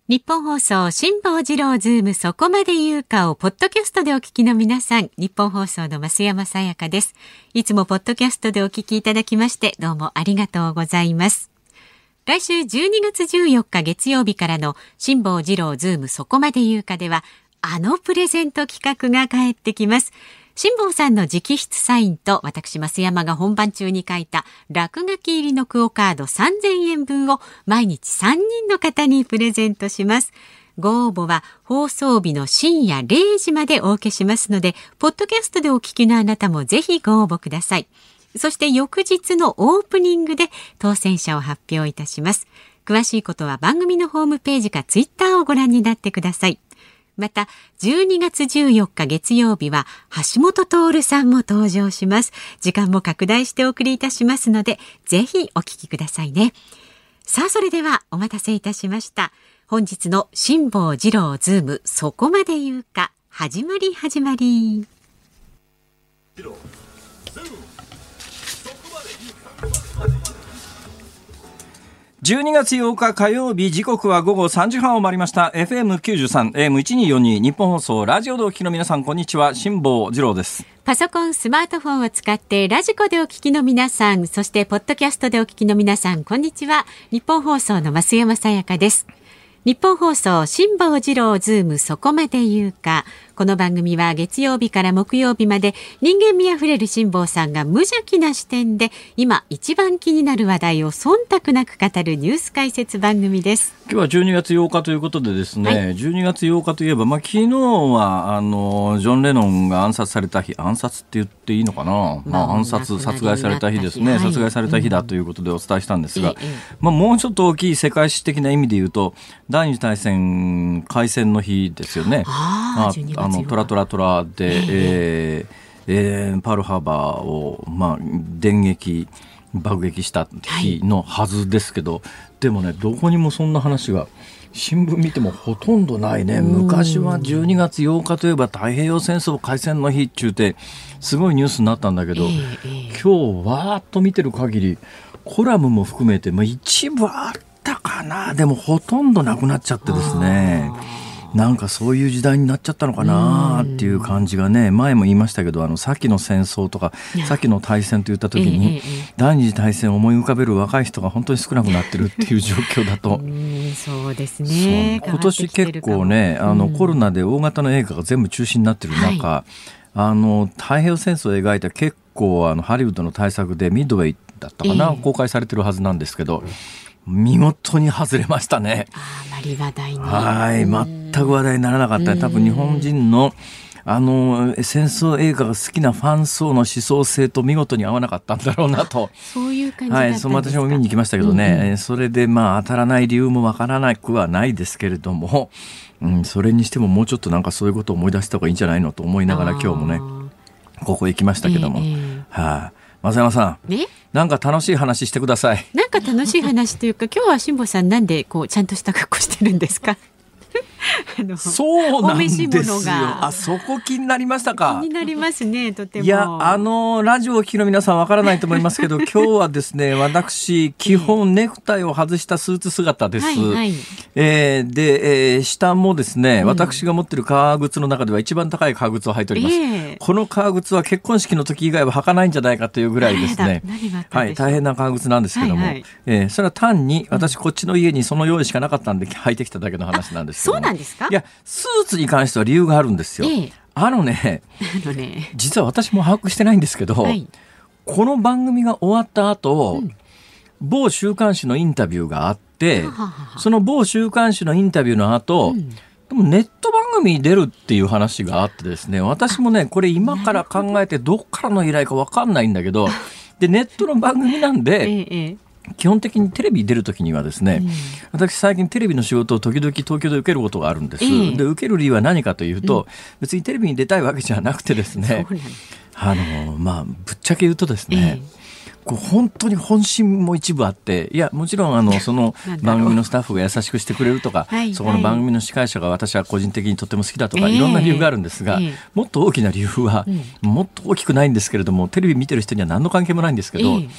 日本放送辛坊治郎ズームそこまで言うかをポッドキャストでお聞きの皆さん、日本放送の増山さやかです。いつもポッドキャストでお聞きいただきましてどうもありがとうございます。来週12月14日月曜日からの辛坊治郎ズームそこまで言うかでは、あのプレゼント企画が帰ってきます。辛坊さんの直筆サインと私増山が本番中に書いた落書き入りのクオカード3000円分を毎日3人の方にプレゼントします。ご応募は放送日の深夜0時までお受けしますので、ポッドキャストでお聞きのあなたもぜひご応募ください。そして翌日のオープニングで当選者を発表いたします。詳しいことは番組のホームページかツイッターをご覧になってください。また12月14日月曜日は橋本徹さんも登場します。時間も拡大してお送りいたしますので、ぜひお聞きくださいね。さあ、それではお待たせいたしました。本日の辛坊治郎ズームそこまで言うか、始まり。 12月8日火曜日、時刻は午後3時半を回りました。 FM93 AM1242 日本放送ラジオでお聞きの皆さん、こんにちは。辛坊治郎です。 パソコンスマートフォンを使ってラジコでお聞きの皆さん、そしてポッドキャストでお聞きの皆さん、こんにちは。日本放送の増山さやかです。日本放送辛坊治郎ズームそこまで言うか。この番組は月曜日から木曜日まで人間味あふれる辛坊さんが無邪気な視点で今一番気になる話題を忖度なく語るニュース解説番組です。 今日は12月8日ということでですね、はい、12月8日といえば、昨日はジョン・レノンが暗殺された日、暗殺って言っていいのかな、殺害された日ですね、はい、殺害された日だということでお伝えしたんですが、もうちょっと大きい世界史的な意味で言うと第二次大戦開戦の日ですよね。トラで、パールハーバーを、電撃爆撃した日のはずですけど、でもね、どこにもそんな話が新聞見てもほとんどないね。昔は12月8日といえば太平洋戦争開戦の日って言ってすごいニュースになったんだけど、今日わーっと見てる限りコラムも含めて、一部あったかな、でもほとんどなくなっちゃってですね、なんかそういう時代になっちゃったのかなっていう感じがね、前も言いましたけど、先の戦争とか先の大戦といった時に、第二次大戦を思い浮かべる若い人が本当に少なくなってるっていう状況だとそうですね。 今年結構ね、コロナで大型の映画が全部中止になってる中、太平洋戦争を描いた結構ハリウッドの大作でミッドウェイだったかな、公開されてるはずなんですけど、見事に外れましたね。 あまり話題に、 全く話題にならなかった。多分日本人の戦争映画が好きなファン層の思想性と見事に合わなかったんだろうなと。 そういう感じだったんですか。 私も見に行きましたけどね、それで当たらない理由もわからなくはないですけれども、それにしてももうちょっとなんかそういうことを思い出した方がいいんじゃないのと思いながら今日もねここへ行きましたけども、増山さん、なんか楽しい話してください。 なんか楽しい話というか、今日は辛坊さんなんでちゃんとした格好してるんですか？ そうなんですよ。そこ気になりましたか？ 気になりますね、とても。 いや、ラジオを聞きの皆さんわからないと思いますけど、今日はですね、私基本ネクタイを外したスーツ姿です。で、下もですね、私が持っている革靴の中では一番高い革靴を履いております。この革靴は結婚式の時以外は履かないんじゃないかというぐらいですね、大変な革靴なんですけども、それは単に私こっちの家にその用意しかなかったんで履いてきただけの話なんですけども。 そうなんですか？ いや、スーツに関しては理由があるんですよ。実は私も把握してないんですけど、この番組が終わった後、某週刊誌のインタビューがあって、その某週刊誌のインタビューの後、でもネット番組に出るっていう話があってですね、私もね、これ今から考えてどっからの依頼か分かんないんだけど、でネットの番組なんで、基本的にテレビに出るときにはですね、私最近テレビの仕事を時々東京で受けることがあるんです。で受ける理由は何かというと、別にテレビに出たいわけじゃなくてですね、ぶっちゃけ言うとですね、本当に本心も一部あって、いやもちろんその番組のスタッフが優しくしてくれるとか、そこの番組の司会者が私は個人的にとても好きだとか、いろんな理由があるんですが、もっと大きな理由は、もっと大きくないんですけれども、テレビ見てる人には何の関係もないんですけど、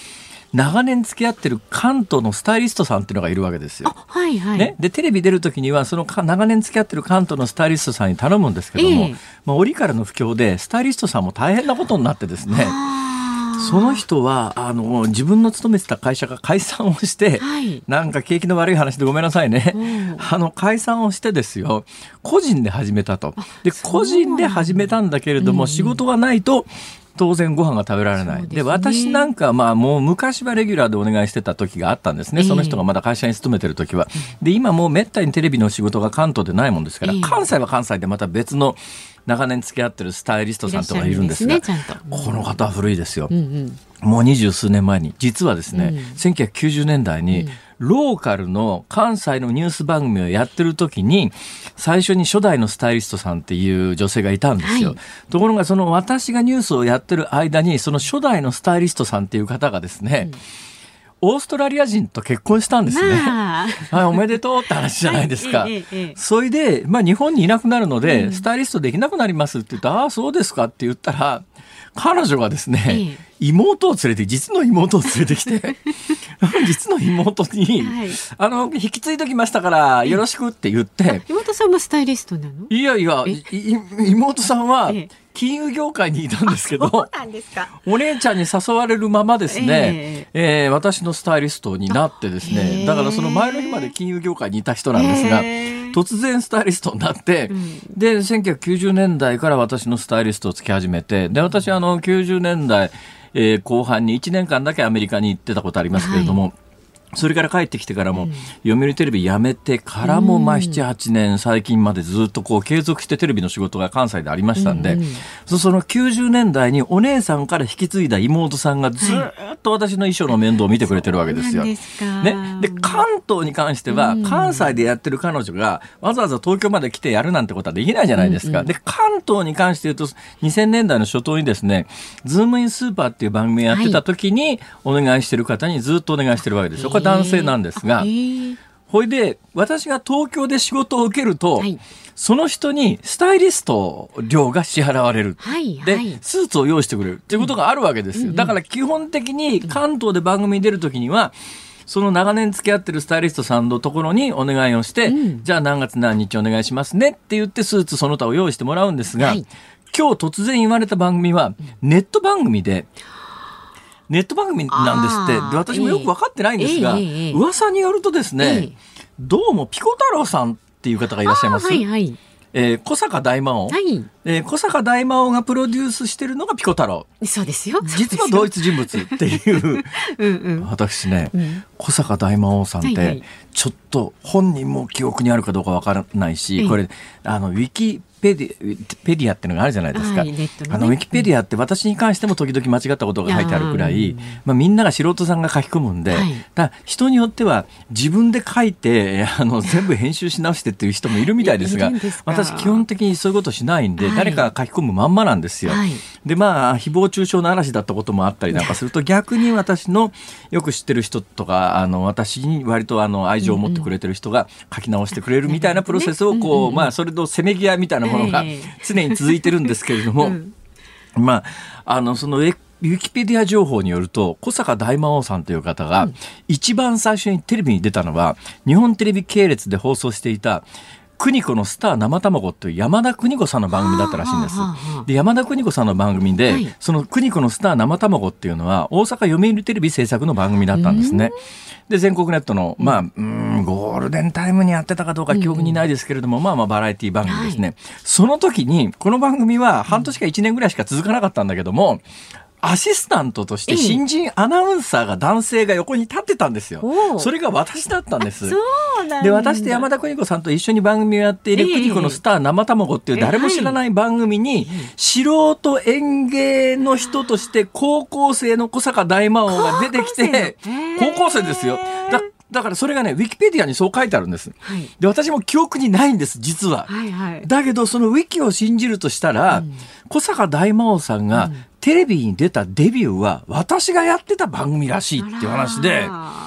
長年付き合ってる関東のスタイリストさんっていうのがいるわけですよ。 はいはい。 ね、でテレビ出る時にはその長年付き合ってる関東のスタイリストさんに頼むんですけども、折からの不況でスタイリストさんも大変なことになってですね、その人は自分の勤めてた会社が解散をして、なんか景気の悪い話でごめんなさいね、解散をしてですよ、個人で始めたと。で個人で始めたんだけれども、仕事がないと当然ご飯が食べられない。 で私なんかもう昔はレギュラーでお願いしてた時があったんですね、その人がまだ会社に勤めてる時は。で今もうめったにテレビの仕事が関東でないもんですから、関西は関西でまた別の長年付き合ってるスタイリストさんとかいるんですが、この方は古いですよ、もう20数年前に実はですね、1990年代にローカルの関西のニュース番組をやってる時に最初に初代のスタイリストさんっていう女性がいたんですよ、ところがその私がニュースをやってる間にその初代のスタイリストさんっていう方がですね、オーストラリア人と結婚したんですね、おめでとうって話じゃないですか、それで、日本にいなくなるので、スタイリストできなくなりますって言って、ああそうですかって言ったら、彼女がですね、妹を連れて、実の妹を連れてきて実の妹に、引き継いできましたからよろしくって言って、 妹さんもスタイリストなの？いや妹さんは金融業界にいたんですけど、 そうなんですか。 お姉ちゃんに誘われるままですね、私のスタイリストになってですね、だからその前の日まで金融業界にいた人なんですが、突然スタイリストになって、で1990年代から私のスタイリストをつけ始めて、で私90年代、後半に1年間だけアメリカに行ってたことありますけれども、それから帰ってきてからも、読売テレビ辞めてからも7、8年最近までずっと継続してテレビの仕事が関西でありましたんで、その90年代にお姉さんから引き継いだ妹さんがずっと私の衣装の面倒を見てくれてるわけですよ。で関東に関しては、関西でやってる彼女がわざわざ東京まで来てやるなんてことはできないじゃないですか。で関東に関して言うと2000年代の初頭にですね、ズームインスーパーっていう番組をやってた時にお願いしてる方にずっとお願いしてるわけですよ。男性なんですが、ほいで私が東京で仕事を受けると、その人にスタイリスト料が支払われる、でスーツを用意してくれるっていうことがあるわけですよ。だから基本的に関東で番組に出るときには、その長年付き合ってるスタイリストさんのところにお願いをして、じゃあ何月何日お願いしますねって言ってスーツその他を用意してもらうんですが、今日突然言われた番組はネット番組で、ネット番組なんですって。で私もよく分かってないんですが、噂によるとですね、どうもピコ太郎さんっていう方がいらっしゃいます。小坂大魔王、小坂大魔王がプロデュースしてるのがピコ太郎。 そうですよ。 実は同一人物っていう私ね、小坂大魔王さんってちょっと本人も記憶にあるかどうかわからないし、これウィキペディアっていうのがあるじゃないですか、ウィキペディアって私に関しても時々間違ったことが書いてあるくらい、みんなが素人さんが書き込むんで、だ人によっては自分で書いて全部編集し直してっていう人もいるみたいですが、私基本的にそういうことしないんで、誰かが書き込むまんまなんですよ。で誹謗中傷の嵐だったこともあったりなんかすると、逆に私のよく知ってる人とか私に割と愛情を持ってくれてる人が書き直してくれるみたいなプロセスをそれとせめぎ合いみたいなものが常に続いてるんですけれども、そのウィキペディア情報によると、小坂大魔王さんという方が一番最初にテレビに出たのは、日本テレビ系列で放送していた邦子のスター生卵という山田邦子さんの番組だったらしいんです。で山田邦子さんの番組で、その邦子のスター生卵っていうのは大阪読売テレビ制作の番組だったんですね。で全国ネットのゴールデンタイムにやってたかどうか記憶にないですけれども、バラエティ番組ですね。その時にこの番組は半年か1年ぐらいしか続かなかったんだけども、アシスタントとして新人アナウンサーが男性が横に立ってたんですよ。それが私だったんです。で私と山田邦子さんと一緒に番組をやっている邦子のスター生卵っていう誰も知らない番組に、素人演芸の人として高校生の小坂大魔王が出てきて、高校生ですよ。だからそれがねウィキペディアにそう書いてあるんです、で私も記憶にないんです実は、だけどそのウィキを信じるとしたら、小坂大魔王さんがテレビに出たデビューは私がやってた番組らしいっていう話で、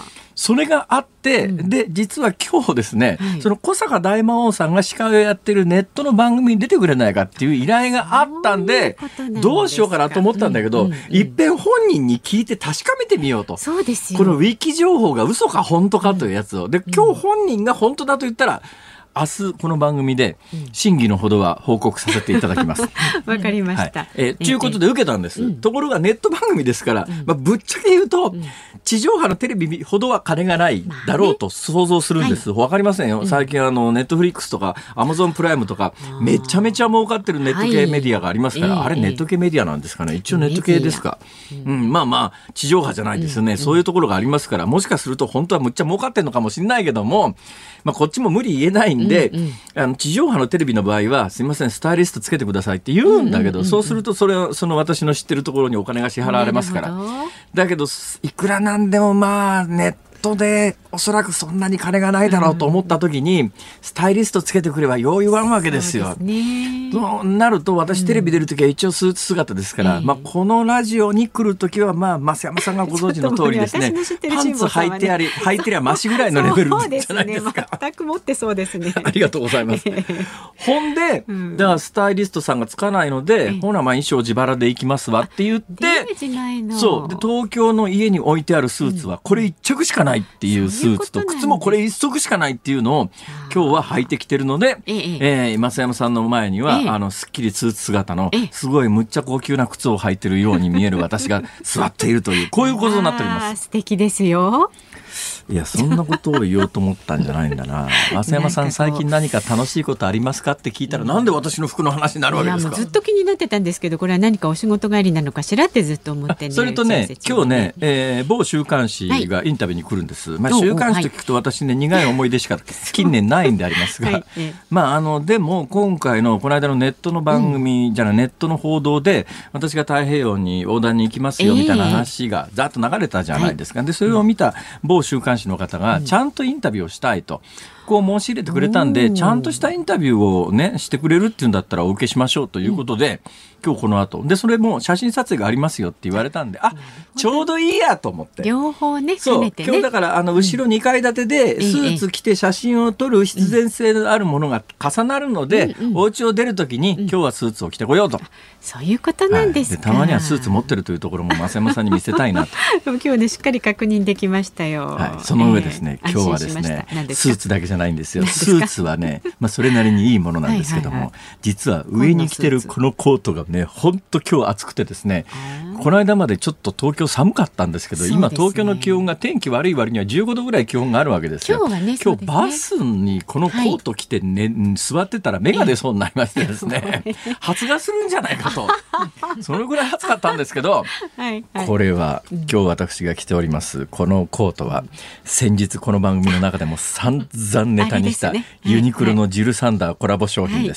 それがあって、で実は今日ですね、その小坂大魔王さんが司会をやってるネットの番組に出てくれないかっていう依頼があったんで、どうしようかなと思ったんだけど、いっぺん本人に聞いて確かめてみようと。 そうですよ。 このウィキ情報が嘘か本当かというやつを。で、今日本人が本当だと言ったら、明日この番組で真偽のほどは報告させていただきます。 わかりました。 ということで受けたんです。ところがネット番組ですから、ぶっちゃけ言うと、地上波のテレビほどは金がないだろうと想像するんです。わかりませんよ。最近ネットフリックスとかアマゾンプライムとかめちゃめちゃ儲かってるネット系メディアがありますから、あれネット系メディアなんですかね。一応ネット系ですか。まあまあ地上波じゃないですよね。そういうところがありますから、もしかすると本当はむっちゃ儲かってるのかもしれないけども、こっちも無理言えないんで、地上波のテレビの場合はすいませんスタイリストつけてくださいって言うんだけど、そうするとその私の知ってるところにお金が支払われますから。だけどいくらなんでもネットでおそらくそんなに金がないだろうと思った時に、スタイリストつけてくればよう言わんわけですよ。そうなると私テレビ出る時は一応スーツ姿ですから、このラジオに来る時は増山さんがご存知の通りですね、パンツ履いてりゃマシぐらいのレベルじゃないですか。 全く持ってそうですね。 ありがとうございます。ほんで、だからスタイリストさんがつかないので、ほな衣装自腹で行きますわって言って、そうで東京の家に置いてあるスーツはこれ一着しかないっていうスーツと、靴もこれ一足しかないっていうのを今日は履いてきてるので、増山さんの前にはすっきりスーツ姿のすごいむっちゃ高級な靴を履いてるように見える私が座っているという、こういうことになっております。 素敵ですよ。 いやそんなことを言おうと思ったんじゃないんだな。増山さん最近何か楽しいことありますかって聞いたら、なんで私の服の話になるわけですか。 ずっと気になってたんですけど、これは何かお仕事帰りなのかしらってずっと思ってね。 それとね今日ね、某週刊誌がインタビューに来るんです。週刊誌と聞くと私ね苦い思い出しか近年ないんでありますが、でも今回のこの間のネットの番組、ネットの報道で私が太平洋に横断に行きますよみたいな話がざっと流れたじゃないですか。でそれを見た某週刊誌の方がちゃんとインタビューをしたいとこう申し入れてくれたんで、ちゃんとしたインタビューをねしてくれるっていうんだったらお受けしましょうということで、今日この後でそれも写真撮影がありますよって言われたんで、ちょうどいいやと思って、 両方ねそう、今日だから後ろ2階建てでスーツ着て写真を撮る必然性のあるものが重なるので、お家を出るときに今日はスーツを着てこようと、 そういうことなんですか。 でたまにはスーツ持ってるというところも増山さんに見せたいなと今日ねしっかり確認できましたよ。 その上ですね、今日はですねスーツだけじゃないんですよ。スーツはね、それなりにいいものなんですけども、実は上に着てるこのコートがね本当今日暑くてですね、この間までちょっと東京寒かったんですけど、今東京の気温が天気悪い割には15度ぐらい気温があるわけですよ。今日バスにこのコート着て、座ってたら目が出そうになりましてですね、発芽するんじゃないかとそのぐらい暑かったんですけど、これは今日私が着ておりますこのコートは先日この番組の中でも散々ネタにしたユニクロのジルサンダーコラボ商品です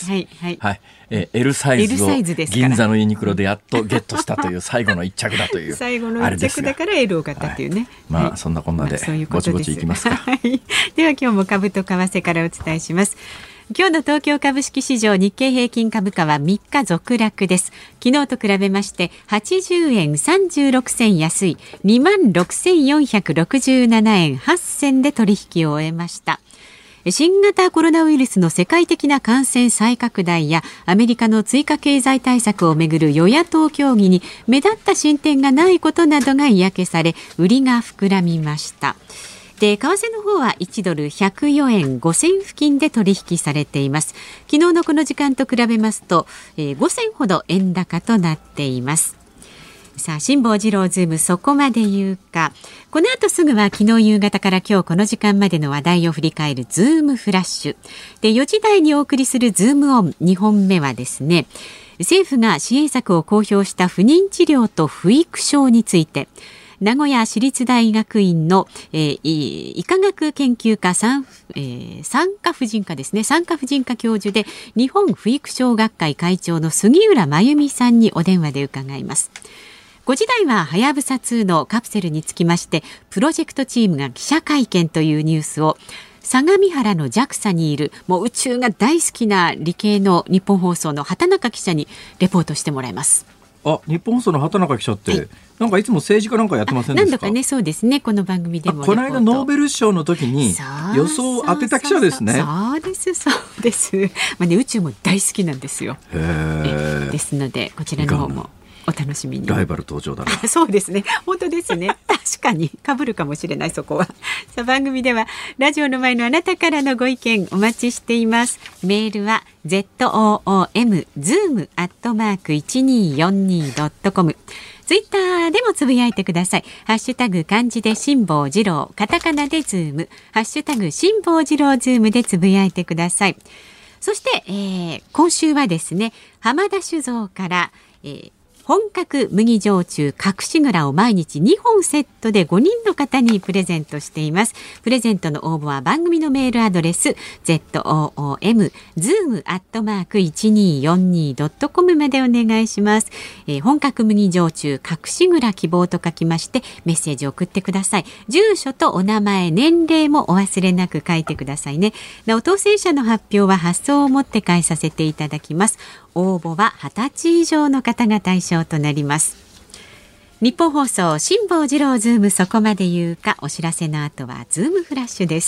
。L サイズを銀座のユニクロでやっとゲットしたという最後の一着だという最後の一着だから L を買ったっていうね、 そんなこんなでぼちぼちいきますか。 では今日も株と為替からお伝えします。今日の東京株式市場日経平均株価は3日続落です。昨日と比べまして80円36銭安い 26,467 円8銭で取引を終えました。新型コロナウイルスの世界的な感染再拡大やアメリカの追加経済対策をめぐる与野党協議に目立った進展がないことなどが嫌気され、売りが膨らみました。で、為替の方は1ドル104円5銭付近で取引されています。昨日のこの時間と比べますと、5銭ほど円高となっています。さあ、辛坊治郎ズームそこまで言うか。この後すぐは昨日夕方から今日この時間までの話題を振り返るズームフラッシュで、4時台にお送りするズームオン2本目はですね、政府が支援策を公表した不妊治療と不育症について、名古屋市立大学院の、医科学研究科産科婦人科ですね、産科婦人科教授で日本不育症学会会長の杉浦真由美さんにお電話で伺います。5時台ははやぶさ2のカプセルにつきましてプロジェクトチームが記者会見というニュースを相模原の JAXA にいるもう宇宙が大好きな理系の日本放送の畑中記者にレポートしてもらいます。 日本放送の畑中記者って、なんかいつも政治家なんかやってませんでしたか？ 何度かね、そうですね、この番組でもこの間ノーベル賞の時に予想を当てた記者ですね。 そうです、まあね、宇宙も大好きなんですよ。ですのでこちらの方もお楽しみに。 ライバル登場だな。 そうですね、本当ですね。確かに被るかもしれない、そこは。さあ、番組ではラジオの前のあなたからのご意見お待ちしています。メールは zoom@1242.com、ツイッターでもつぶやいてください。ハッシュタグ漢字で辛坊治郎、カタカナでズーム、ハッシュタグ辛坊治郎ズームでつぶやいてください。そして、今週はですね、浜田酒造から、本格麦焼酎隠し蔵を毎日2本セットで5人の方にプレゼントしています。プレゼントの応募は番組のメールアドレス zoom@1242.com までお願いします。本格麦焼酎隠し蔵希望と書きましてメッセージを送ってください。住所とお名前、年齢もお忘れなく書いてくださいね。なお、当選者の発表は発送をもって返させていただきます。応募は20歳以上の方が対象となります。日本放送辛坊治郎ズームそこまで言うか。お知らせの後はズームフラッシュです。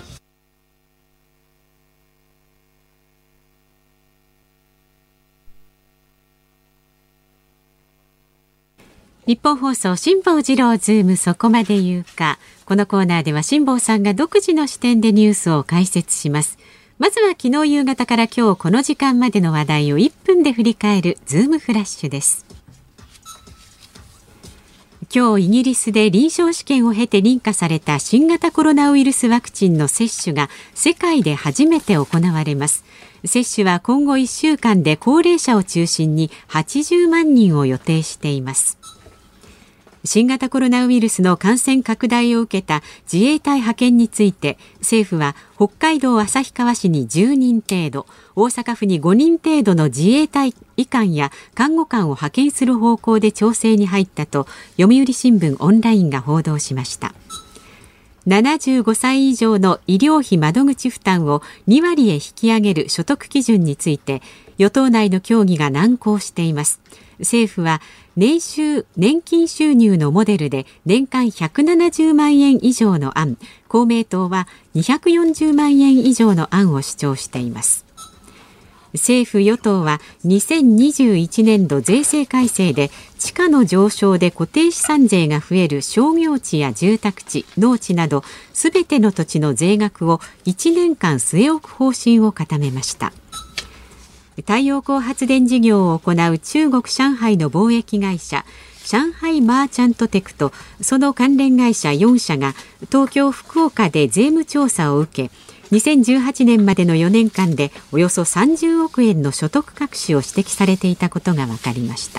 日本放送辛坊治郎ズームそこまで言うか。このコーナーでは辛坊さんが独自の視点でニュースを解説します。まずは昨日夕方から今日この時間までの話題を1分で振り返るズームフラッシュです。今日イギリスで臨床試験を経て認可された新型コロナウイルスワクチンの接種が世界で初めて行われます。接種は今後1週間で高齢者を中心に80万人を予定しています。新型コロナウイルスの感染拡大を受けた自衛隊派遣について、政府は北海道旭川市に10人程度、大阪府に5人程度の自衛隊医官や看護官を派遣する方向で調整に入ったと読売新聞オンラインが報道しました。75歳以上の医療費窓口負担を2割へ引き上げる所得基準について、与党内の協議が難航しています。政府は年金収入のモデルで年間170万円以上の案、公明党は240万円以上の案を主張しています。政府与党は2021年度税制改正で地価の上昇で固定資産税が増える商業地や住宅地、農地などすべての土地の税額を1年間据え置く方針を固めました。太陽光発電事業を行う中国上海の貿易会社上海マーチャントテクとその関連会社4社が東京福岡で税務調査を受け、2018年までの4年間でおよそ30億円の所得隠しを指摘されていたことが分かりました。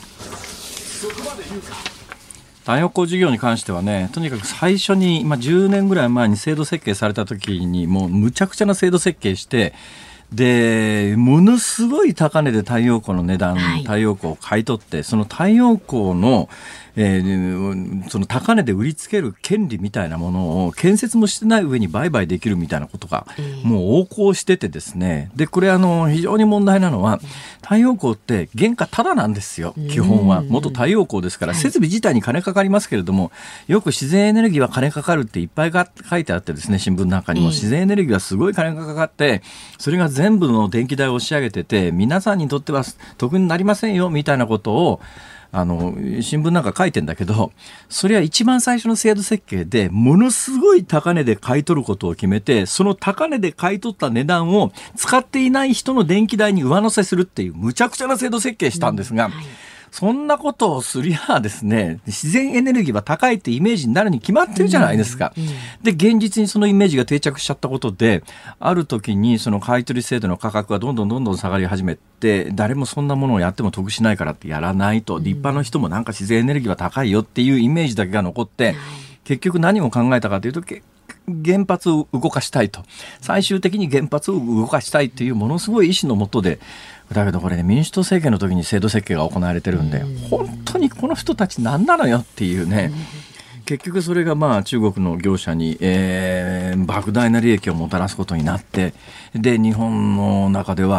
太陽光事業に関してはね、とにかく最初に、10年ぐらい前に制度設計された時にもうむちゃくちゃな制度設計して、でものすごい高値で太陽光の値段、太陽光を買い取って、その太陽光のその高値で売りつける権利みたいなものを建設もしてない上に売買できるみたいなことがもう横行しててですね、でこれ非常に問題なのは、太陽光って原価タダなんですよ。基本は元太陽光ですから、設備自体に金かかりますけれども、よく自然エネルギーは金かかるっていっぱい書いてあってですね、新聞の中にも自然エネルギーはすごい金がかかって、それが全部の電気代を押し上げてて、皆さんにとっては得になりませんよみたいなことを新聞なんか書いてんだけど、それは一番最初の制度設計でものすごい高値で買い取ることを決めて、その高値で買い取った値段を使っていない人の電気代に上乗せするっていうむちゃくちゃな制度設計したんですが、そんなことをすりゃですね、自然エネルギーは高いってイメージになるに決まってるじゃないですか。で現実にそのイメージが定着しちゃったことで、ある時にその買い取り制度の価格がどんどん下がり始めて、誰もそんなものをやっても得しないからってやらないと、立派な人もなんか自然エネルギーは高いよっていうイメージだけが残って、結局何を考えたかというと、原発を動かしたいと、最終的に原発を動かしたいというものすごい意思のもとで、だけどこれね、民主党政権の時に制度設計が行われてるんで、本当にこの人たち何なのよっていうね、結局それが中国の業者に、莫大な利益をもたらすことになって、で日本の中では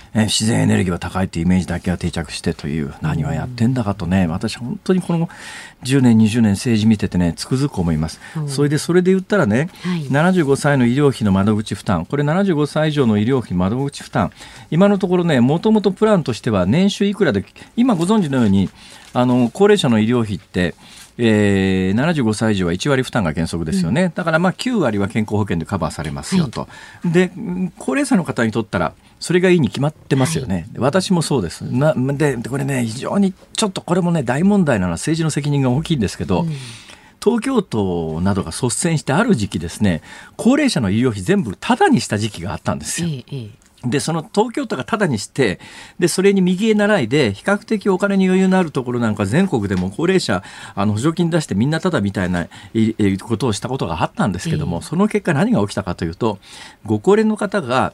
自然エネルギーは高いっていうイメージだけは定着してという、何をやってんだかとね、私本当にこの10年20年政治見ててね、つくづく思います。それで言ったらね、75歳の医療費の窓口負担、これ75歳以上の医療費窓口負担、今のところね、もともとプランとしては年収いくらで、今ご存知のように高齢者の医療費って75歳以上は1割負担が原則ですよね。だから9割は健康保険でカバーされますよと。で、高齢者の方にとったらそれがいいに決まってますよね。私もそうです。でこれね、非常にちょっとこれもね、大問題なのは政治の責任が大きいんですけど、東京都などが率先してある時期ですね、高齢者の医療費全部タダにした時期があったんですよ。でその東京都がタダにして、でそれに右へ習いで比較的お金に余裕のあるところなんか全国でも高齢者補助金出してみんなタダみたいなことをしたことがあったんですけども、その結果何が起きたかというと、ご高齢の方が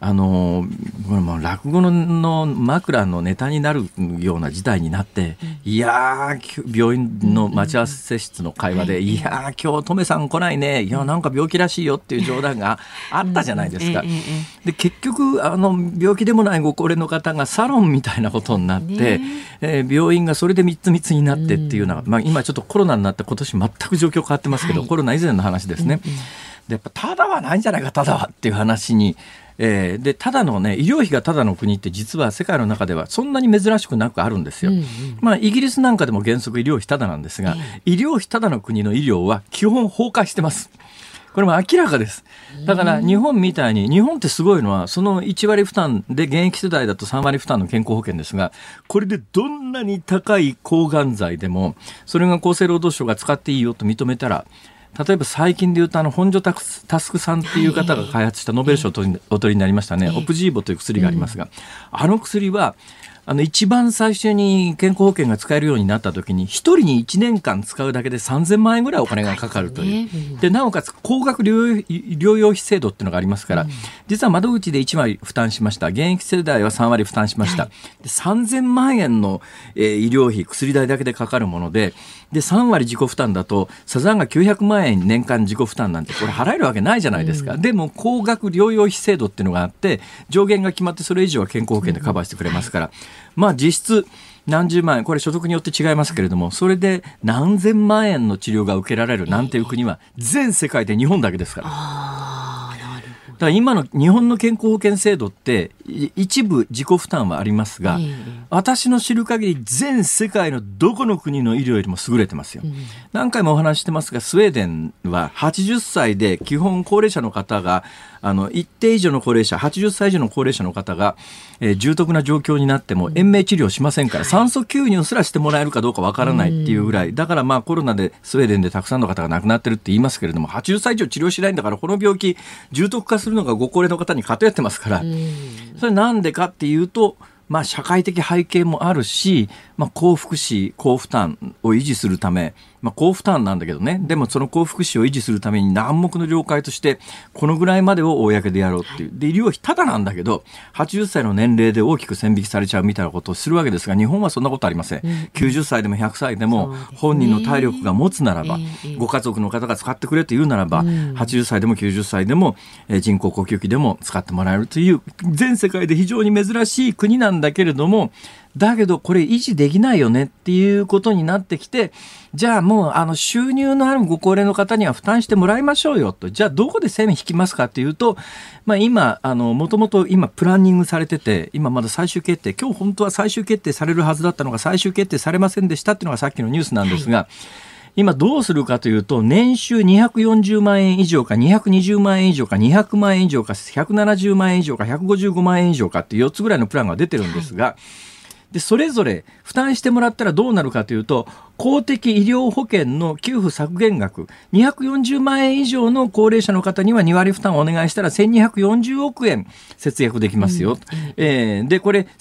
落語の枕のネタになるような事態になって、いやー、病院の待ち合わせ室の会話で、いやー、今日トメさん来ないね、いやなんか病気らしいよっていう冗談があったじゃないですか。で結局病気でもないご高齢の方がサロンみたいなことになって、病院がそれで密になってっていうのが、今ちょっとコロナになって今年全く状況変わってますけど、コロナ以前の話ですね。でやっぱただはないんじゃないか、ただはっていう話に、でただのね、医療費がただの国って実は世界の中ではそんなに珍しくなくあるんですよ。イギリスなんかでも原則医療費ただなんですが、医療費ただの国の医療は基本崩壊してます。これも明らかです。だから日本みたいに、日本ってすごいのはその1割負担で現役世代だと3割負担の健康保険ですが、これでどんなに高い抗がん剤でもそれが厚生労働省が使っていいよと認めたら、例えば最近で言うと本庶佑さんっていう方が開発したノーベル賞をお取りになりましたね、オプジーボという薬がありますが、あの薬は一番最初に健康保険が使えるようになった時に1人に1年間使うだけで3000万円ぐらいお金がかかるという。でなおかつ高額療養費制度っていうのがありますから、実は窓口で1割負担しました、現役世代は3割負担しました。で3000万円の、医療費薬代だけでかかるもので、3割自己負担だとサザンが900万円年間自己負担なんてこれ払えるわけないじゃないですか。でも高額療養費制度っていうのがあって、上限が決まってそれ以上は健康保険でカバーしてくれますから、実質何十万円、これ所得によって違いますけれども、それで何千万円の治療が受けられるなんていう国は全世界で日本だけですから。だから今の日本の健康保険制度って一部自己負担はありますが、私の知る限り全世界のどこの国の医療よりも優れてますよ。何回もお話してますが、スウェーデンは80歳で基本高齢者の方が一定以上の高齢者、80歳以上の高齢者の方が、重篤な状況になっても延命治療しませんから、酸素吸入すらしてもらえるかどうかわからないっていうぐらいだから、コロナでスウェーデンでたくさんの方が亡くなってるって言いますけれども、80歳以上治療しないんだから、この病気重篤化するのがご高齢の方に偏ってますから、それなんでかっていうと、社会的背景もあるし、高福祉高負担を維持するため、高負担なんだけどね、でもその高福祉を維持するために暗黙の了解としてこのぐらいまでを公でやろうっていう。で医療費ただなんだけど80歳の年齢で大きく線引きされちゃうみたいなことをするわけですが、日本はそんなことありません。90歳でも100歳でも本人の体力が持つならば、ご家族の方が使ってくれと言うならば、80歳でも90歳でも人工呼吸器でも使ってもらえるという全世界で非常に珍しい国なんだけれども、だけどこれ維持できないよねっていうことになってきて、じゃあもう収入のあるご高齢の方には負担してもらいましょうよと。じゃあどこで線引きますかっていうと、今もともと今プランニングされてて、今まだ最終決定、今日本当は最終決定されるはずだったのが最終決定されませんでしたっていうのがさっきのニュースなんですが、今どうするかというと、年収240万円以上か220万円以上か200万円以上か170万円以上か155万円以上かっていう4つぐらいのプランが出てるんですが、でそれぞれ負担してもらったらどうなるかというと、公的医療保険の給付削減額240万円以上の高齢者の方には2割負担をお願いしたら1240億円節約できますよ。でこれ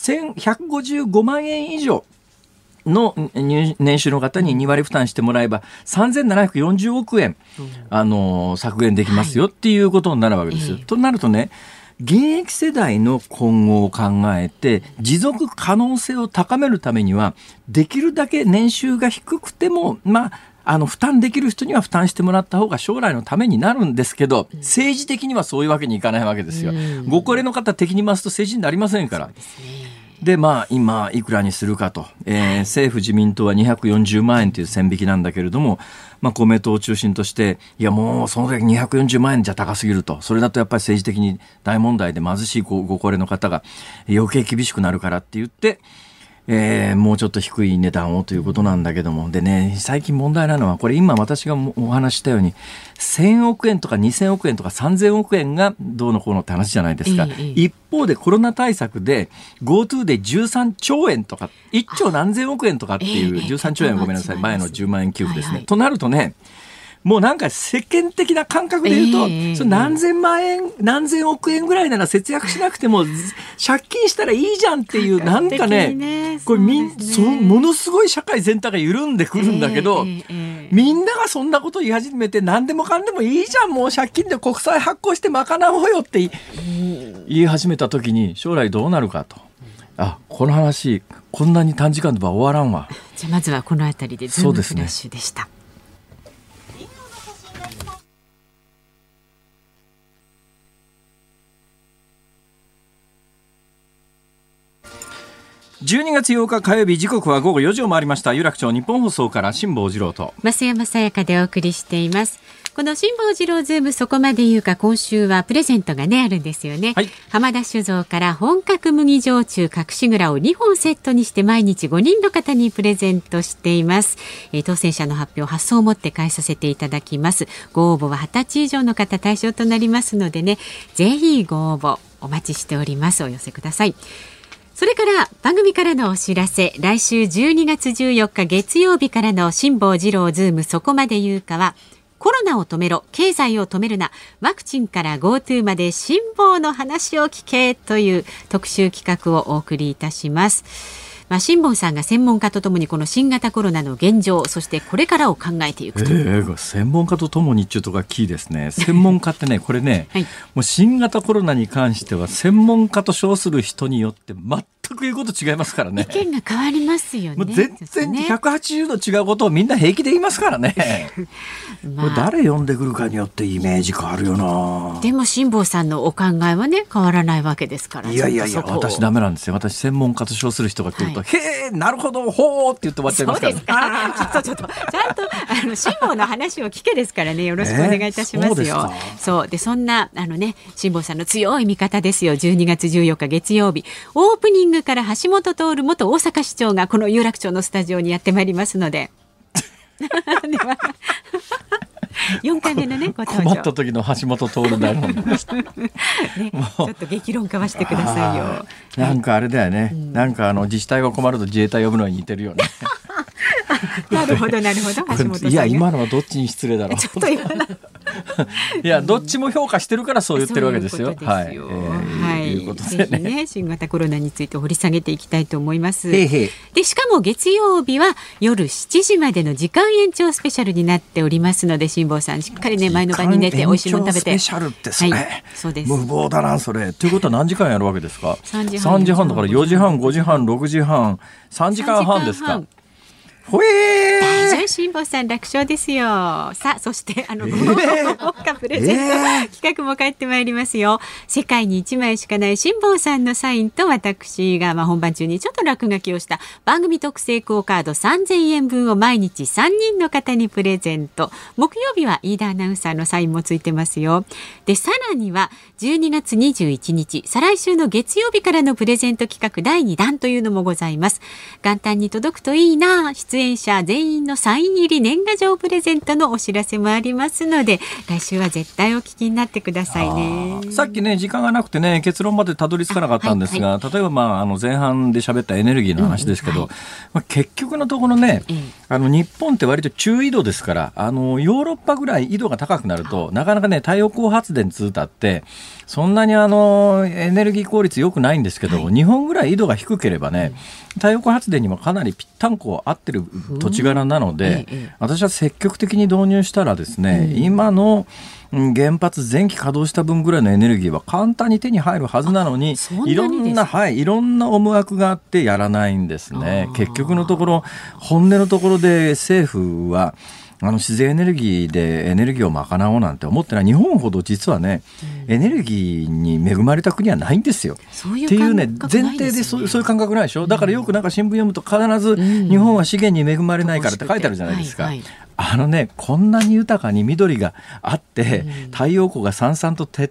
155万円以上の年収の方に2割負担してもらえば3740億円、削減できますよっていうことになるわけですよ。となるとね、現役世代の今後を考えて持続可能性を高めるためには、できるだけ年収が低くても負担できる人には負担してもらった方が将来のためになるんですけど、政治的にはそういうわけにいかないわけですよ。ご高齢の方敵に回すと政治になりませんから。で今いくらにするかと、政府自民党は240万円という線引きなんだけれども、公明党を中心としていやもうその時240万円じゃ高すぎると、それだとやっぱり政治的に大問題で貧しいご高齢の方が余計厳しくなるからって言って、もうちょっと低い値段をということなんだけども、でね、最近問題なのはこれ今私がお話したように1000億円とか2000億円とか3000億円がどうのこうのって話じゃないですか。一方でコロナ対策で GoTo で13兆円とか1兆何千億円とかっていう、13兆円はごめんなさい、前の10万円給付ですね、となるとね、もうなんか世間的な感覚で言うと、それ何千万円何千億円ぐらいなら節約しなくても借金したらいいじゃんっていう、なんかね、これものすごい社会全体が緩んでくるんだけど、みんながそんなこと言い始めて、何でもかんでもいいじゃん、もう借金で国債発行して賄おうよって言い始めた時に将来どうなるかと。この話こんなに短時間では終わらんわ。 じゃあまずはこのあたりでズームフラッシュでした。 12月8日火曜日、時刻は午後4時を回りました。有楽町日本放送から辛坊治郎と増山さやかでお送りしています。この辛坊治郎ズームそこまで言うか、今週はプレゼントがねあるんですよね、浜田酒造から本格麦焼酎隠し蔵を2本セットにして毎日5人の方にプレゼントしています。当選者の発表、発送をもって返させていただきます。ご応募は20歳以上の方対象となりますのでね、ぜひご応募お待ちしております。お寄せください。それから番組からのお知らせ、来週12月14日月曜日からの辛坊治郎ズームそこまで言うかは、コロナを止めろ、経済を止めるな、ワクチンから GoTo まで辛坊の話を聞けという特集企画をお送りいたします。辛坊さんが専門家とともにこの新型コロナの現状、そしてこれからを考えていくと、 専門家とともにっていうところがキーですね。専門家ってね、これね、もう新型コロナに関しては専門家と称する人によって全く言うこと違いますからね。 意見が変わりますよね。 もう全然180度違うことをみんな平気で言いますからね。これ誰呼んでくるかによってイメージ変わるよな。 でも辛坊さんのお考えはね変わらないわけですから。 いや私ダメなんですよ。私専門家と称する人が来ると、へえなるほどほーって言って終わっちゃいますから。そうですか。ちょっとちゃんと辛坊の話を聞けですからね、よろしくお願いいたしますよ。そうで、そんな辛坊さんの強い味方ですよ。12月14日月曜日、オープニングから橋本徹元大阪市長がこの有楽町のスタジオにやってまいりますのででは4回目のねご登場。困った時の橋本徹だろうね、 ちょっと激論交わしてくださいよ。 なんかあれだよね、なんか自治体が困ると自衛隊呼ぶのに似てるよね。 なるほどなるほど。橋本さん、 いや今のはどっちに失礼だろう。 ちょっと言わないいやどっちも評価してるからそう言ってるわけですよ。いうことでね、ぜひね新型コロナについて掘り下げていきたいと思います。でしかも月曜日は夜7時までの時間延長スペシャルになっておりますので、辛坊さんしっかりね前の晩に寝て美味しいもの食べて。 スペシャルってそれ、そうです。無謀だなそれ。ということは何時間やるわけですか。3時半だから4時半5時半6時半3時間半ですか。 大丈夫、辛坊さん楽勝ですよ。さあそして豪華プレゼント企画も帰ってまいりますよ。世界に1枚しかない辛坊さんのサインと私が本番中にちょっと落書きをした番組特製クオカード3000円分を毎日3人の方にプレゼント。木曜日は飯田アナウンサーのサインもついてますよ。でさらには12月21日再来週の月曜日からのプレゼント企画第2弾というのもございます。元旦に届くといいな。出演者全員のサイン入り年賀状プレゼントのお知らせもありますので、来週は絶対お聞きになってくださいね。 さっきね時間がなくてね結論までたどり着かなかったんですが、例えば前半で喋ったエネルギーの話ですけど、結局のところね、日本って割と中緯度ですから、ヨーロッパぐらい緯度が高くなるとなかなかね太陽光発電通たってそんなにエネルギー効率良くないんですけど、日本ぐらい緯度が低ければね、太陽光発電にもかなりぴったんこ合ってる土地柄なので、私は積極的に導入したらですね、今の原発前期稼働した分ぐらいのエネルギーは簡単に手に入るはずなのに、いろんな思惑があってやらないんですね。結局のところ本音のところで政府は自然エネルギーでエネルギーを賄おうなんて思ってない。日本ほど実はね、エネルギーに恵まれた国はないんですよ。 そういうっていうね、 感覚ない前提でですね。 そういう感覚ないでしょ。だからよくなんか新聞読むと必ず日本は資源に恵まれないからって書いてあるじゃないですか。 はいはいこんなに豊かに緑があって、太陽光がさんさんと照って、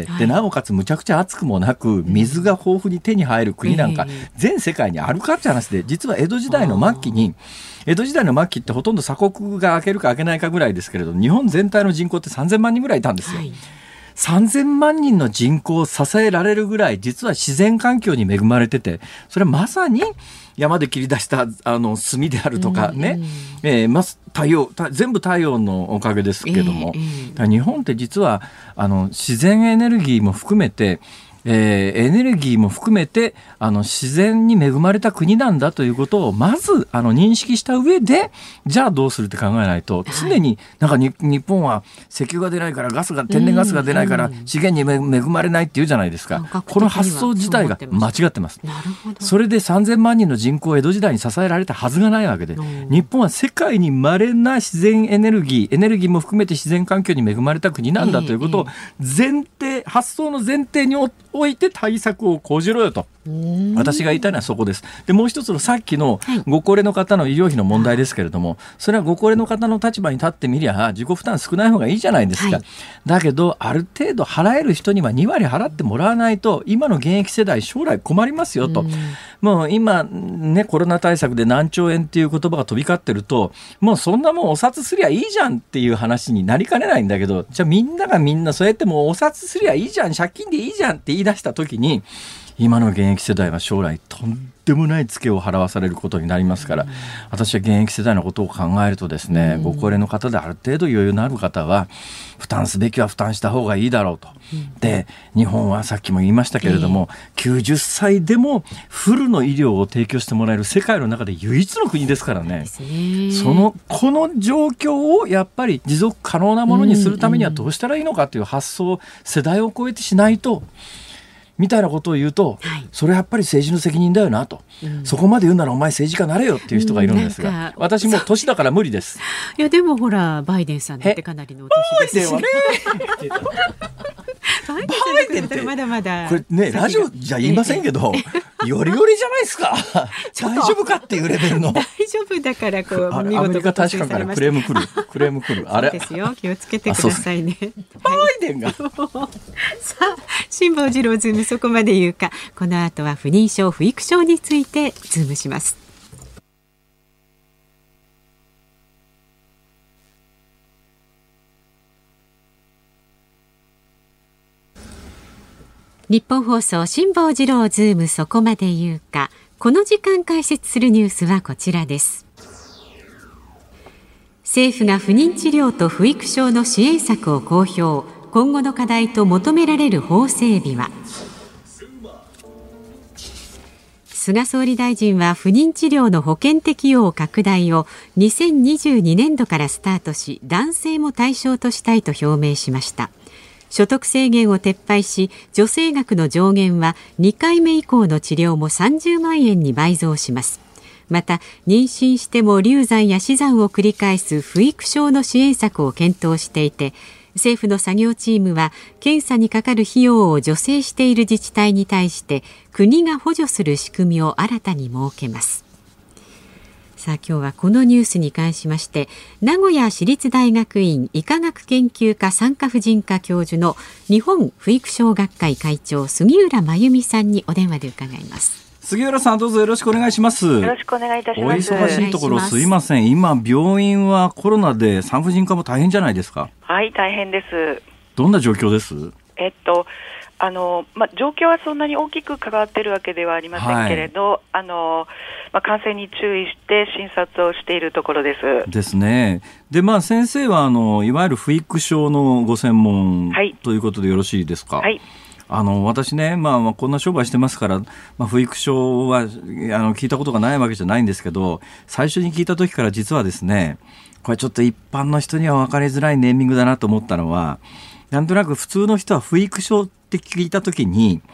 でなおかつむちゃくちゃ暑くもなく水が豊富に手に入る国なんか全世界にあるかって話で、実は江戸時代の末期ってほとんど鎖国が開けるか開けないかぐらいですけれど、日本全体の人口って3000万人ぐらいいたんですよ。3000万人の人口を支えられるぐらい実は自然環境に恵まれてて、それはまさに山で切り出した炭であるとかね、全部太陽のおかげですけども、日本って実は自然エネルギーも含めてエネルギーも含めて自然に恵まれた国なんだということをまず認識した上で、じゃあどうするって考えないと、常になんか日本は石油が出ないから天然ガスが出ないから資源に恵まれないって言うじゃないですか。この発想自体が間違ってます。それで3000万人の人口を江戸時代に支えられたはずがないわけで、日本は世界に稀な自然エネルギーも含めて自然環境に恵まれた国なんだということを発想の前提に置いて対策を講じろよと、私が言いたいのはそこです。でもう一つのさっきのご高齢の方の医療費の問題ですけれども、それはご高齢の方の立場に立ってみりゃ自己負担少ない方がいいじゃないですか。だけどある程度払える人には2割払ってもらわないと今の現役世代将来困りますよと。もう今ね、コロナ対策で何兆円っていう言葉が飛び交ってると、もうそんなもんお札すりゃいいじゃんっていう話になりかねないんだけど、じゃあみんながみんなそうやってもうお札すりゃいいじゃん、借金でいいじゃんって言い出した時に、今の現役世代は将来とんでもないツケを払わされることになりますから、私は現役世代のことを考えるとですね、ご高齢の方である程度余裕のある方は負担すべきは負担した方がいいだろうと。で、日本はさっきも言いましたけれども、90歳でもフルの医療を提供してもらえる世界の中で唯一の国ですからね。この状況をやっぱり持続可能なものにするためにはどうしたらいいのかという発想を世代を超えてしないと、みたいなことを言うと、それはやっぱり政治の責任だよなと、そこまで言うならお前政治家なれよっていう人がいるんですが、私もう年だから無理です。 いやでもほらバイデンさんだってかなりのお年ですしね。バイデンってまだまだこれね、ラジオじゃ言いませんけどよりよりじゃないですか。大丈夫かっていうレベルの。大丈夫だからこうアメリカ大使館からクレーム来るあれですよ、気をつけてくださいね。 バイデンがさあ、辛坊治郎ズームそこまで言うか。この後は不妊症不育症についてズームします。日本放送辛坊治郎ズームそこまで言うか。この時間解説するニュースはこちらです。政府が不妊治療と不育症の支援策を公表。今後の課題と求められる法整備は。菅総理大臣は不妊治療の保険適用拡大を2022年度からスタートし、男性も対象としたいと表明しました。所得制限を撤廃し、助成額の上限は2回目以降の治療も30万円に倍増します。また、妊娠しても流産や死産を繰り返す不育症の支援策を検討していて、政府の作業チームは検査にかかる費用を助成している自治体に対して国が補助する仕組みを新たに設けます。さあ、今日はこのニュースに関しまして、名古屋市立大学院医科学研究科産科婦人科教授の日本不育症学会会長杉浦真由美さんにお電話で伺います。 杉浦さん、どうぞよろしくお願いします。 よろしくお願いいたします。 お忙しいところすいません。今病院はコロナで産婦人科も大変じゃないですか。 はい、大変です。 どんな状況です？ 状況はそんなに大きく関わっているわけではありませんけれど、感染に注意して診察をしているところです。 ですね。で、先生はいわゆる不育症のご専門、ということでよろしいですか？はい。私ね、こんな商売してますから、不育症は聞いたことがないわけじゃないんですけど、最初に聞いた時から実はですね、これちょっと一般の人には分かりづらいネーミングだなと思ったのは、なんとなく普通の人は不育症って聞いた時に